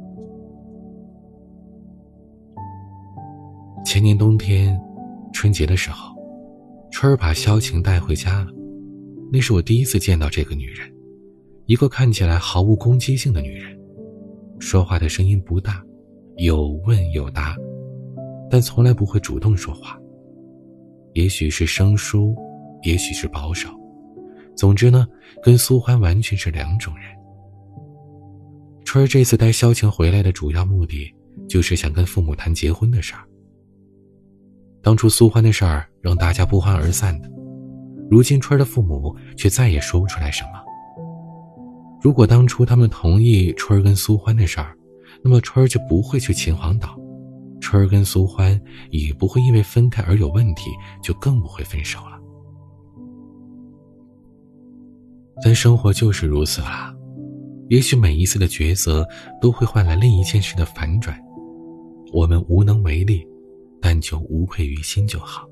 前年冬天春节的时候，春儿把萧晴带回家了。那是我第一次见到这个女人，一个看起来毫无攻击性的女人，说话的声音不大，有问有答，但从来不会主动说话。也许是生疏，也许是保守，总之呢，跟苏欢完全是两种人。春儿这次带萧晴回来的主要目的就是想跟父母谈结婚的事儿。当初苏欢的事儿让大家不欢而散的，如今春儿的父母却再也说不出来什么。如果当初他们同意春儿跟苏欢的事儿，那么春儿就不会去秦皇岛，春儿跟苏欢也不会因为分开而有问题，就更不会分手了。但生活就是如此啦，也许每一次的抉择都会换来另一件事的反转，我们无能为力，但求无愧于心就好。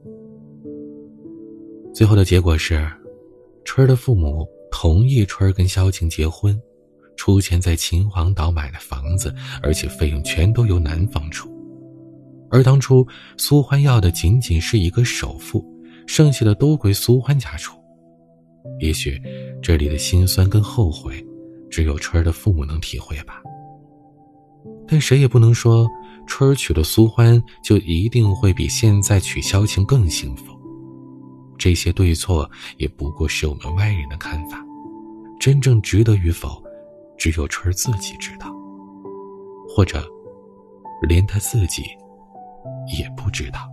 最后的结果是，春儿的父母同意春儿跟萧晴结婚，出钱在秦皇岛买了房子，而且费用全都由男方出。而当初苏欢要的仅仅是一个首付，剩下的都归苏欢家出。也许这里的辛酸跟后悔，只有春儿的父母能体会吧。但谁也不能说春儿娶了苏欢就一定会比现在娶萧晴更幸福。这些对错也不过是我们外人的看法，真正值得与否，只有春儿自己知道，或者连他自己也不知道。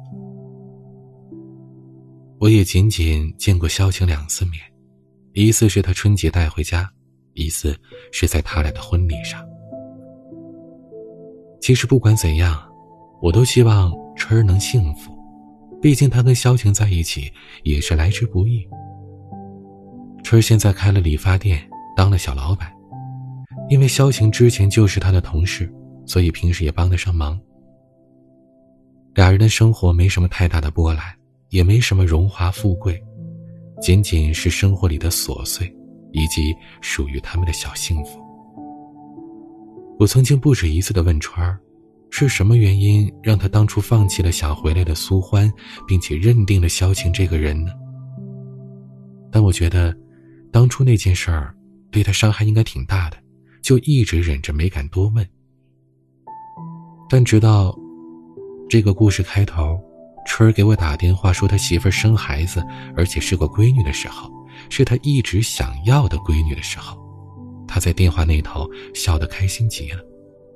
我也仅仅见过萧晴2次面，一次是他春节带回家，一次是在他俩的婚礼上。其实不管怎样，我都希望春儿能幸福，毕竟他跟萧晴在一起也是来之不易。春儿现在开了理发店，当了小老板，因为萧晴之前就是他的同事，所以平时也帮得上忙。俩人的生活没什么太大的波澜，也没什么荣华富贵，仅仅是生活里的琐碎，以及属于他们的小幸福。我曾经不止一次地问川儿，是什么原因让他当初放弃了想回来的苏欢，并且认定了萧晴这个人呢？但我觉得当初那件事儿对他伤害应该挺大的，就一直忍着没敢多问。但直到这个故事开头，春儿给我打电话说他媳妇儿生孩子，而且是个闺女的时候，是他一直想要的闺女的时候，他在电话那头笑得开心极了。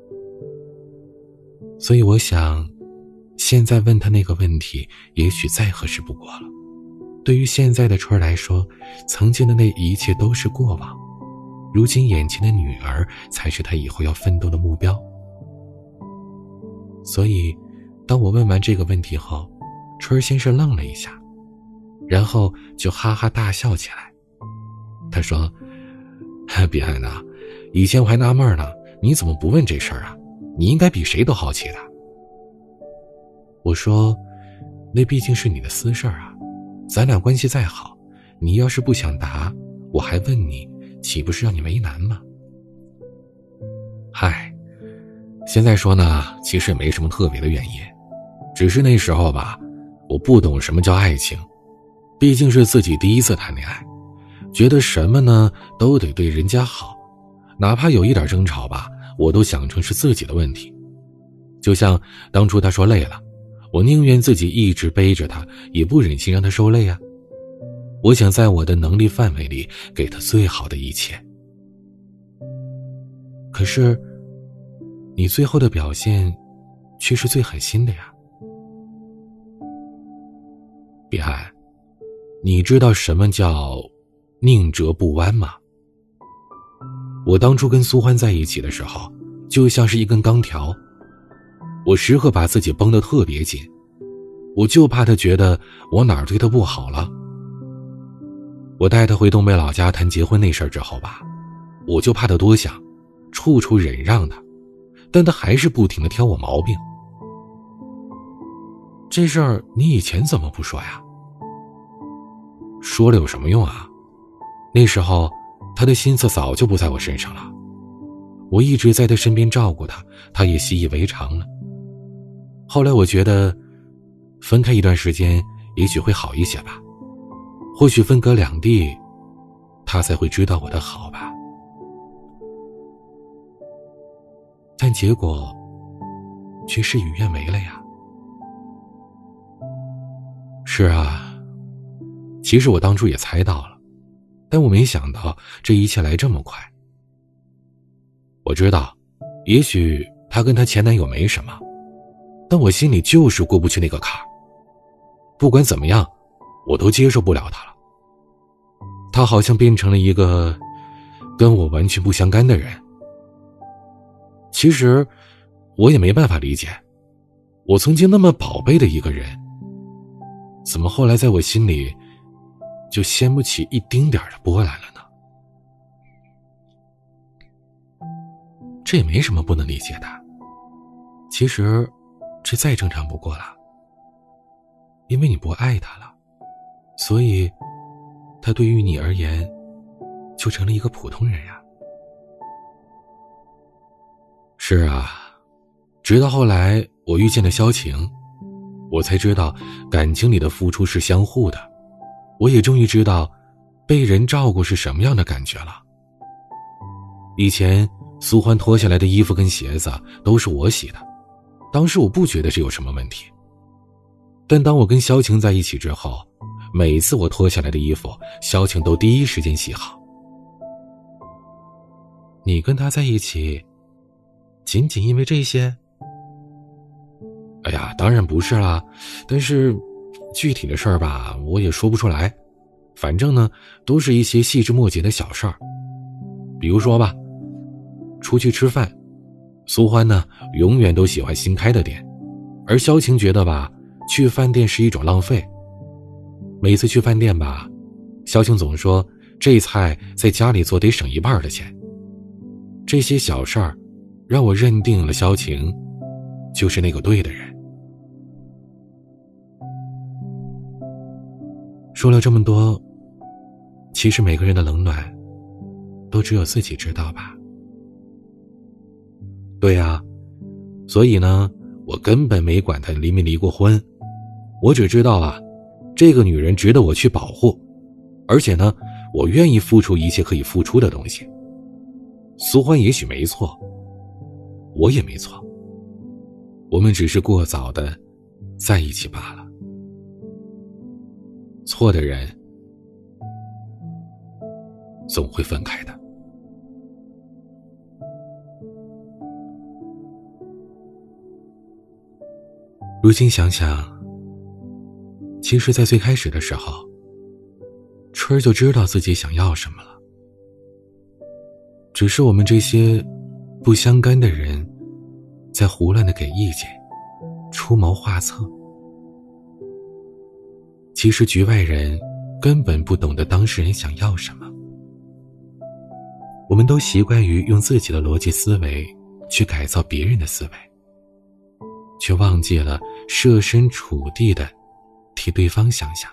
所以我想，现在问他那个问题也许再合适不过了。对于现在的春儿来说，曾经的那一切都是过往，如今眼前的女儿才是他以后要奋斗的目标。所以当我问完这个问题后，春儿先是愣了一下，然后就哈哈大笑起来。他说，别安呐，以前我还纳闷呢，你怎么不问这事儿啊？你应该比谁都好奇的。我说，那毕竟是你的私事儿啊，咱俩关系再好，你要是不想答，我还问你，岂不是让你为难吗？嗨，现在说呢，其实也没什么特别的原因，只是那时候吧，我不懂什么叫爱情，毕竟是自己第一次谈恋爱，觉得什么呢都得对人家好，哪怕有一点争吵吧，我都想成是自己的问题。就像当初他说累了，我宁愿自己一直背着他，也不忍心让他受累啊。我想在我的能力范围里给他最好的一切。可是你最后的表现却是最狠心的呀。彼岸，你知道什么叫宁折不弯吗？我当初跟苏欢在一起的时候，就像是一根钢条，我时刻把自己绷得特别紧，我就怕他觉得我哪儿对他不好了。我带他回东北老家谈结婚那事儿之后吧，我就怕他多想，处处忍让他，但他还是不停地挑我毛病。这事儿你以前怎么不说呀？说了有什么用啊？那时候他的心思早就不在我身上了，我一直在他身边照顾他，他也习以为常了。后来我觉得分开一段时间也许会好一些吧，或许分隔两地，他才会知道我的好吧。但结果却事与愿违了呀。是啊，其实我当初也猜到了，但我没想到这一切来这么快。我知道也许她跟她前男友没什么，但我心里就是过不去那个坎儿。不管怎么样，我都接受不了她了。她好像变成了一个跟我完全不相干的人。其实我也没办法理解，我曾经那么宝贝的一个人，怎么后来在我心里就掀不起一丁点的波澜了呢？这也没什么不能理解的，其实这再正常不过了。因为你不爱他了，所以他对于你而言就成了一个普通人呀。是啊，直到后来我遇见了萧晴，我才知道感情里的付出是相互的，我也终于知道被人照顾是什么样的感觉了。以前苏欢脱下来的衣服跟鞋子都是我洗的，当时我不觉得这有什么问题。但当我跟萧晴在一起之后，每次我脱下来的衣服，萧晴都第一时间洗好。你跟他在一起仅仅因为这些？哎呀，当然不是啦，但是具体的事儿吧，我也说不出来。反正呢，都是一些细枝末节的小事儿。比如说吧，出去吃饭，苏欢呢永远都喜欢新开的店， 而萧晴觉得吧，去饭店是一种浪费。每次去饭店吧，萧晴总说这菜在家里做得省一半的钱。这些小事儿让我认定了萧晴就是那个对的人。说了这么多，其实每个人的冷暖都只有自己知道吧。对啊，所以呢，我根本没管她离没离过婚，我只知道啊，这个女人值得我去保护，而且呢，我愿意付出一切可以付出的东西。苏欢也许没错，我也没错，我们只是过早的在一起罢了。错的人总会分开的。如今想想，其实在最开始的时候，春儿就知道自己想要什么了，只是我们这些不相干的人在胡乱的给意见，出谋划策。其实局外人根本不懂得当事人想要什么，我们都习惯于用自己的逻辑思维去改造别人的思维，却忘记了设身处地的替对方想想。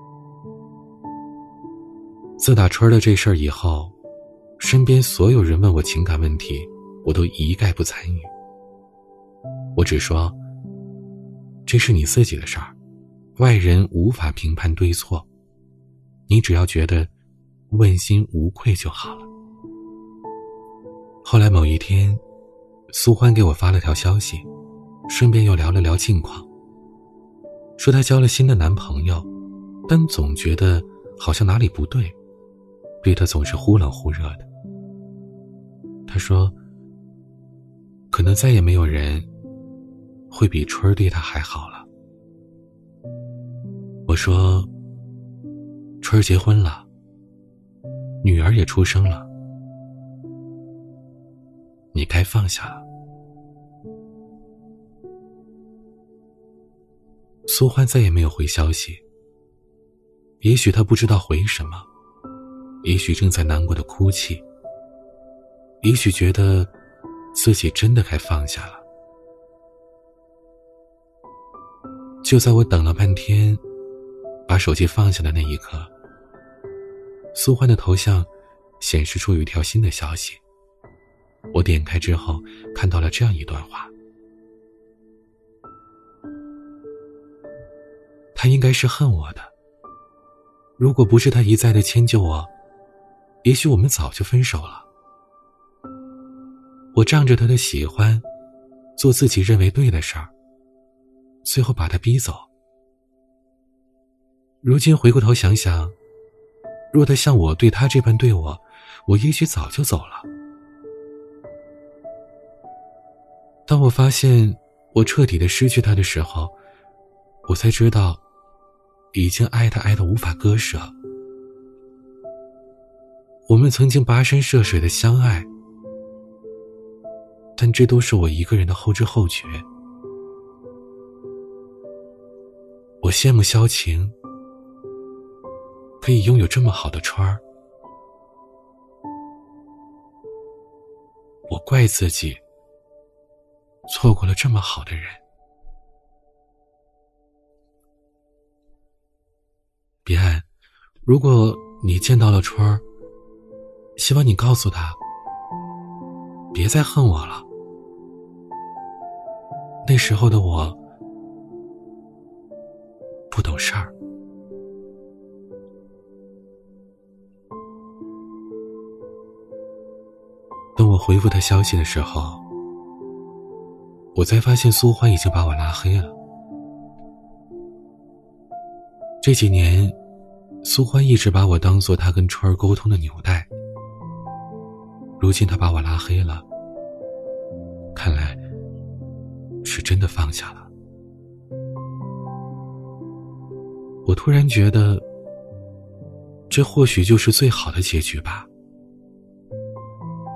自打春儿的这事儿以后，身边所有人问我情感问题，我都一概不参与。我只说，这是你自己的事儿，外人无法评判对错，你只要觉得问心无愧就好了。后来某一天，苏欢给我发了条消息，顺便又聊了聊近况，说她交了新的男朋友，但总觉得好像哪里不对，对她总是忽冷忽热的。她说，可能再也没有人会比春儿对她还好了。我说，春儿结婚了，女儿也出生了，你该放下了。苏欢再也没有回消息，也许他不知道回什么，也许正在难过的哭泣，也许觉得自己真的该放下了。就在我等了半天，把手机放下的那一刻，苏欢的头像显示出有一条新的消息。我点开之后，看到了这样一段话：他应该是恨我的，如果不是他一再的迁就我，也许我们早就分手了。我仗着他的喜欢，做自己认为对的事儿，最后把他逼走。如今回过头想想，若他像我对他这般对我，我也许早就走了。当我发现我彻底的失去他的时候，我才知道已经爱他爱得无法割舍。我们曾经跋山涉水的相爱，但这都是我一个人的后知后觉。我羡慕萧晴可以拥有这么好的川儿，我怪自己错过了这么好的人。彼岸，如果你见到了春儿，希望你告诉他，别再恨我了。那时候的我不懂事儿。等我回复他消息的时候，我才发现苏欢已经把我拉黑了。这几年，苏欢一直把我当作他跟春儿沟通的纽带，如今他把我拉黑了，看来是真的放下了。我突然觉得，这或许就是最好的结局吧。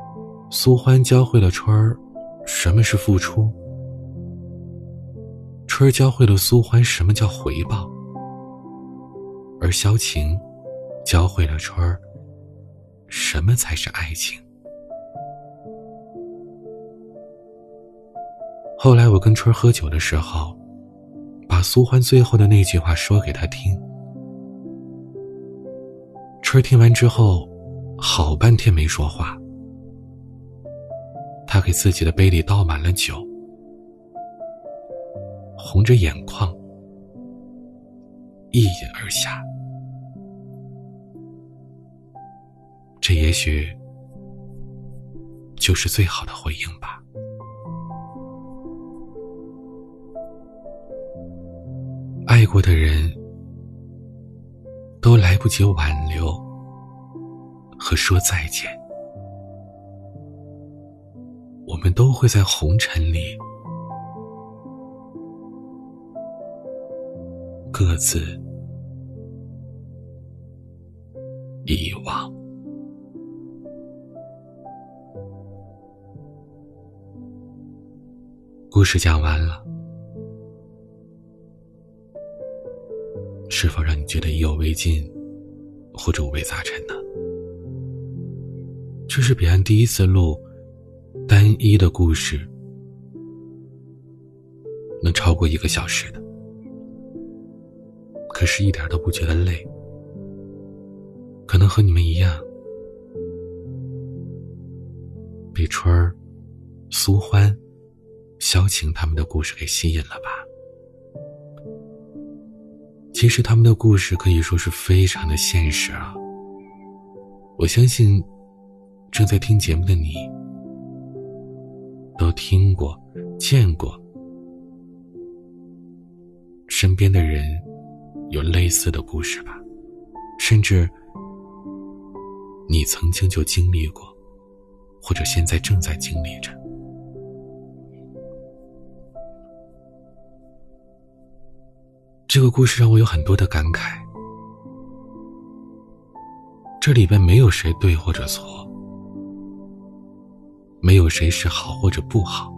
苏欢教会了春儿什么是付出， 春儿教会了苏欢什么叫回报，而萧晴教会了春儿什么才是爱情。后来我跟春儿喝酒的时候，把苏欢最后的那句话说给他听。春儿听完之后好半天没说话，他给自己的杯里倒满了酒，红着眼眶一饮而下。这也许就是最好的回应吧。爱过的人都来不及挽留和说再见，我们都会在红尘里各自遗忘。故事讲完了，是否让你觉得意犹未尽或者五味杂陈呢？这是彼岸第一次录单一的故事，能超过1个小时的，可是一点都不觉得累。可能和你们一样，被春儿、苏欢、萧晴他们的故事给吸引了吧。其实他们的故事可以说是非常的现实啊。我相信正在听节目的你都听过见过身边的人有类似的故事吧，甚至你曾经就经历过，或者现在正在经历着。这个故事让我有很多的感慨，这里边没有谁对或者错，没有谁是好或者不好。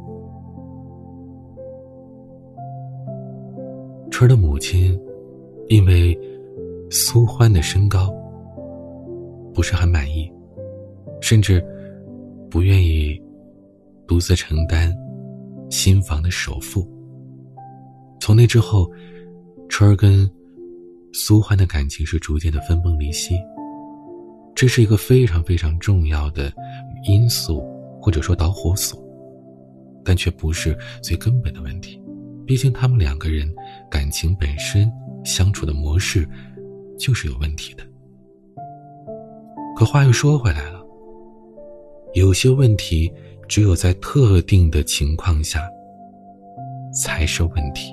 春儿的母亲因为苏欢的身高不是很满意，甚至不愿意独自承担新房的首付。从那之后，春儿跟苏欢的感情是逐渐的分崩离析，这是一个非常非常重要的因素，或者说导火索，但却不是最根本的问题。毕竟他们两个人感情本身相处的模式就是有问题的。可话又说回来了，有些问题只有在特定的情况下才是问题。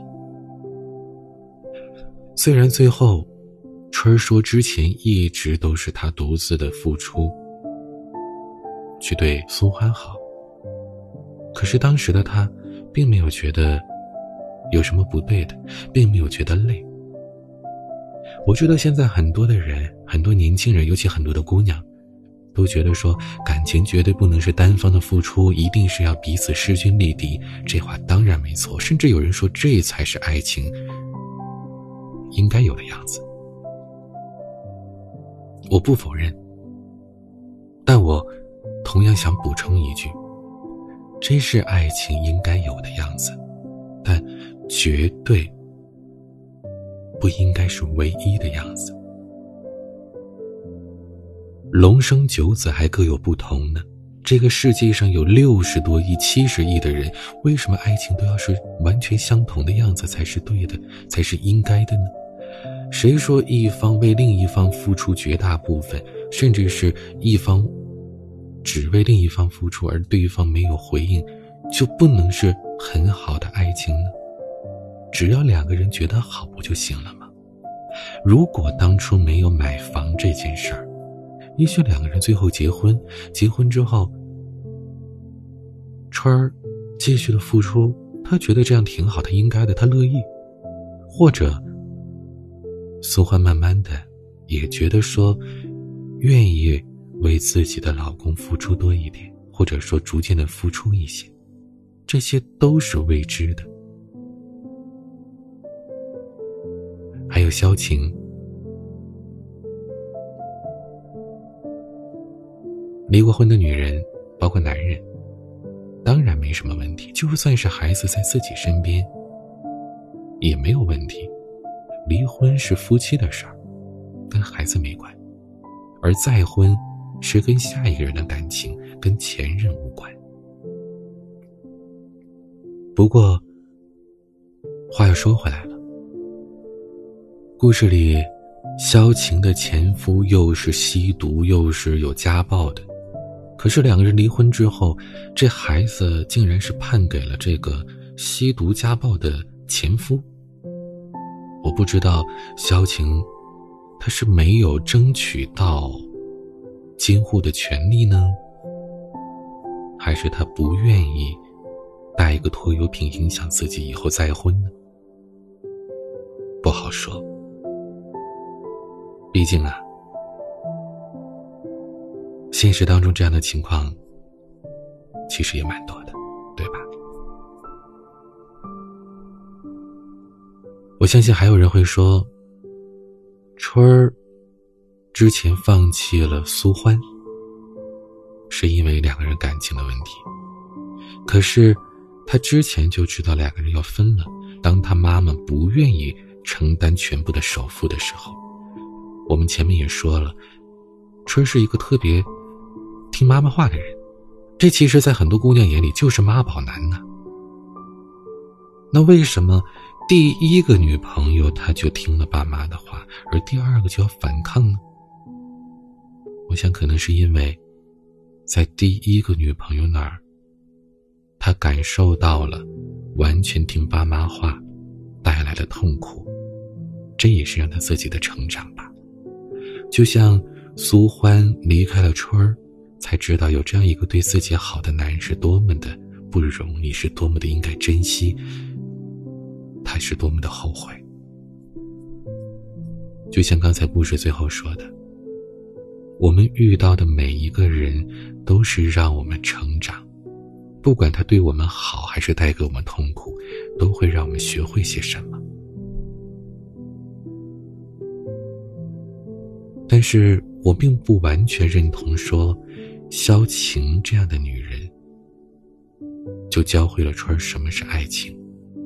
虽然最后春儿说之前一直都是他独自的付出去对苏欢好，可是当时的他并没有觉得有什么不对的，并没有觉得累。我觉得现在很多的人，很多年轻人，尤其很多的姑娘都觉得说感情绝对不能是单方的付出，一定是要彼此势均力敌。这话当然没错，甚至有人说这才是爱情应该有的样子。我不否认，但我同样想补充一句，这是爱情应该有的样子，但绝对不应该是唯一的样子。龙生九子还各有不同呢，这个世界上有60多亿、70亿的人，为什么爱情都要是完全相同的样子才是对的，才是应该的呢？谁说一方为另一方付出绝大部分，甚至是一方只为另一方付出而对方没有回应，就不能是很好的爱情呢？只要两个人觉得好不就行了吗？如果当初没有买房这件事儿，也许两个人最后结婚之后，春儿继续的付出，他觉得这样挺好，他应该的，他乐意。或者苏欢慢慢的也觉得说愿意为自己的老公付出多一点，或者说逐渐的付出一些，这些都是未知的。 还有萧晴。离过婚的女人，包括男人，当然没什么问题，就算是孩子在自己身边也没有问题。离婚是夫妻的事儿，跟孩子没关，而再婚是跟下一个人的感情，跟前任无关。不过话又说回来了，故事里萧晴的前夫又是吸毒又是有家暴的，可是两个人离婚之后，这孩子竟然是判给了这个吸毒家暴的前夫。我不知道萧晴她是没有争取到监护的权利呢，还是她不愿意带一个拖油瓶影响自己以后再婚呢？不好说。毕竟啊，现实当中这样的情况其实也蛮多的，对吧？我相信还有人会说，春儿之前放弃了苏欢是因为两个人感情的问题，可是他之前就知道两个人要分了。当他妈妈不愿意承担全部的首付的时候，我们前面也说了，春儿是一个特别听妈妈话的人，这其实在很多姑娘眼里就是妈宝男呢。那为什么第一个女朋友她就听了爸妈的话，而第二个就要反抗呢？我想可能是因为在第一个女朋友那儿，她感受到了完全听爸妈话带来的痛苦，这也是让她自己的成长吧。就像苏欢离开了春儿，才知道有这样一个对自己好的男人是多么的不容易，是多么的应该珍惜，他是多么的后悔。就像刚才故事最后说的，我们遇到的每一个人都是让我们成长，不管他对我们好还是带给我们痛苦，都会让我们学会些什么。但是我并不完全认同说萧晴这样的女人就教会了春儿什么是爱情，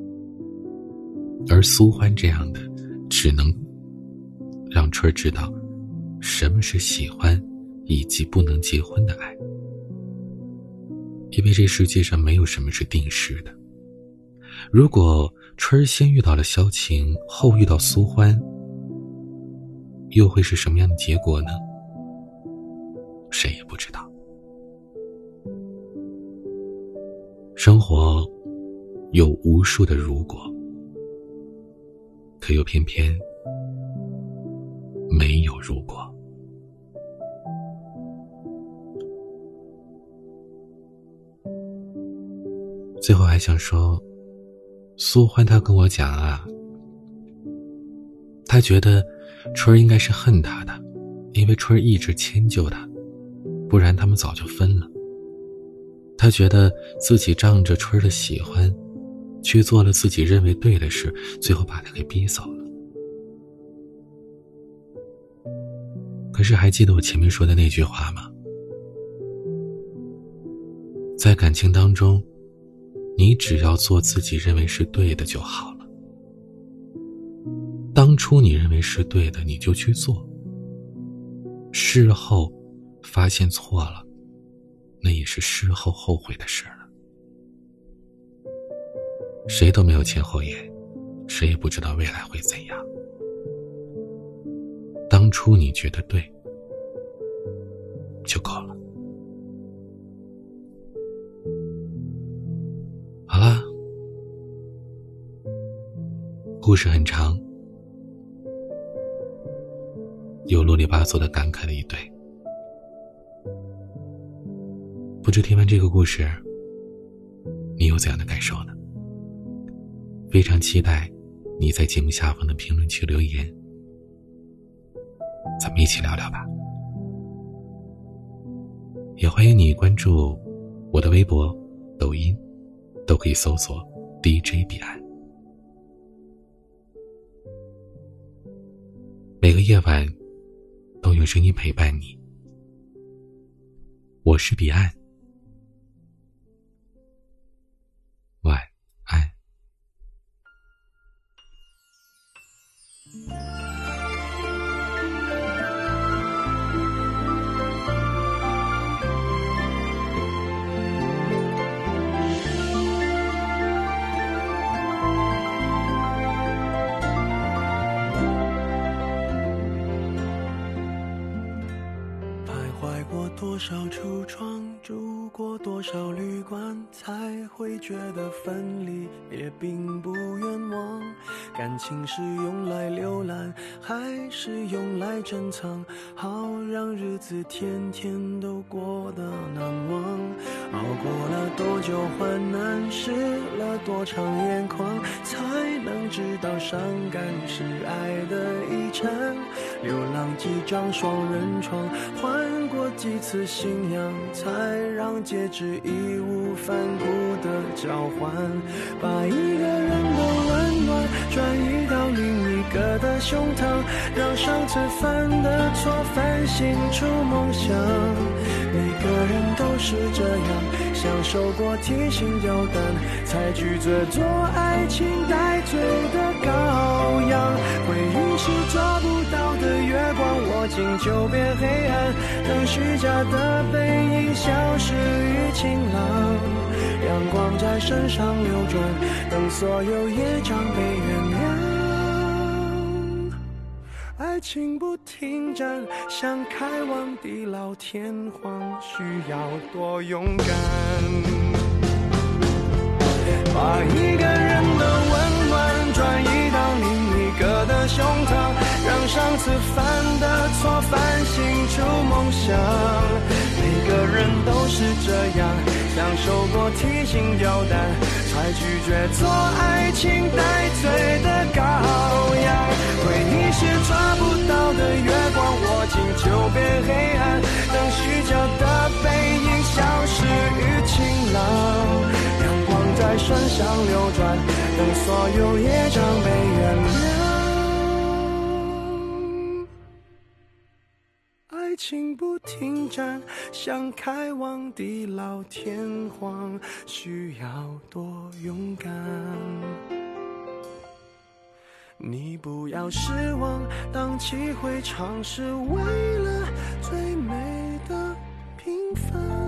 而苏欢这样的只能让春儿知道什么是喜欢以及不能结婚的爱。因为这世界上没有什么是定时的，如果春儿先遇到了萧晴，后遇到苏欢，又会是什么样的结果呢？谁也不知道。生活有无数的如果，可又偏偏没有如果。最后还想说，苏欢他跟我讲啊，他觉得春儿应该是恨他的，因为春儿一直迁就他，不然他们早就分了。他觉得自己仗着春儿的喜欢，去做了自己认为对的事，最后把他给逼走了。可是还记得我前面说的那句话吗？在感情当中，你只要做自己认为是对的就好了。当初你认为是对的，你就去做，事后发现错了，那也是事后后悔的事了。谁都没有前后眼，谁也不知道未来会怎样。当初你觉得对就够了。好了，故事很长，有啰里吧嗦的感慨了一堆。不知听完这个故事，你有怎样的感受呢？非常期待你在节目下方的评论区留言，咱们一起聊聊吧。也欢迎你关注我的微博、抖音，都可以搜索 DJ 彼岸。 每个夜晚都有声音陪伴你。我是彼岸，晚安。 多少橱窗，住过多少旅馆，才会觉得分离也并不冤枉。感情是用来浏览，还是用来珍藏？好让日子天天都过得难忘。熬过了多久患难，湿了多长眼眶，才能知道伤感是爱的遗产。流浪几张双人床，换过几次信仰，才让戒指义无反顾的交换。把一个人的温暖转移到另一个的胸膛，让上次犯的错反省出梦想。每个人都是这样，享受过提心吊胆，才拒绝做爱情带罪的羔羊。回忆是抓不到的月光，握紧就变黑暗，等虚假的背影消失于晴朗。阳光在身上流转，等所有业障被原谅。爱情不停站，想开往地老天荒，需要多勇敢。把一个人的温暖转移到另一个的胸膛，让上次犯的错反省出梦想。每个人都是这样，享受过提心吊胆，才拒绝做爱情带罪的羔羊。回忆是抓不到的月光，握紧就变黑暗，等虚假的背影消失于晴朗。阳光在身上流转，等所有业障被原谅。爱情不停站，想开往地老天荒，需要多勇敢。你不要失望，荡气回肠是为了最美的平凡。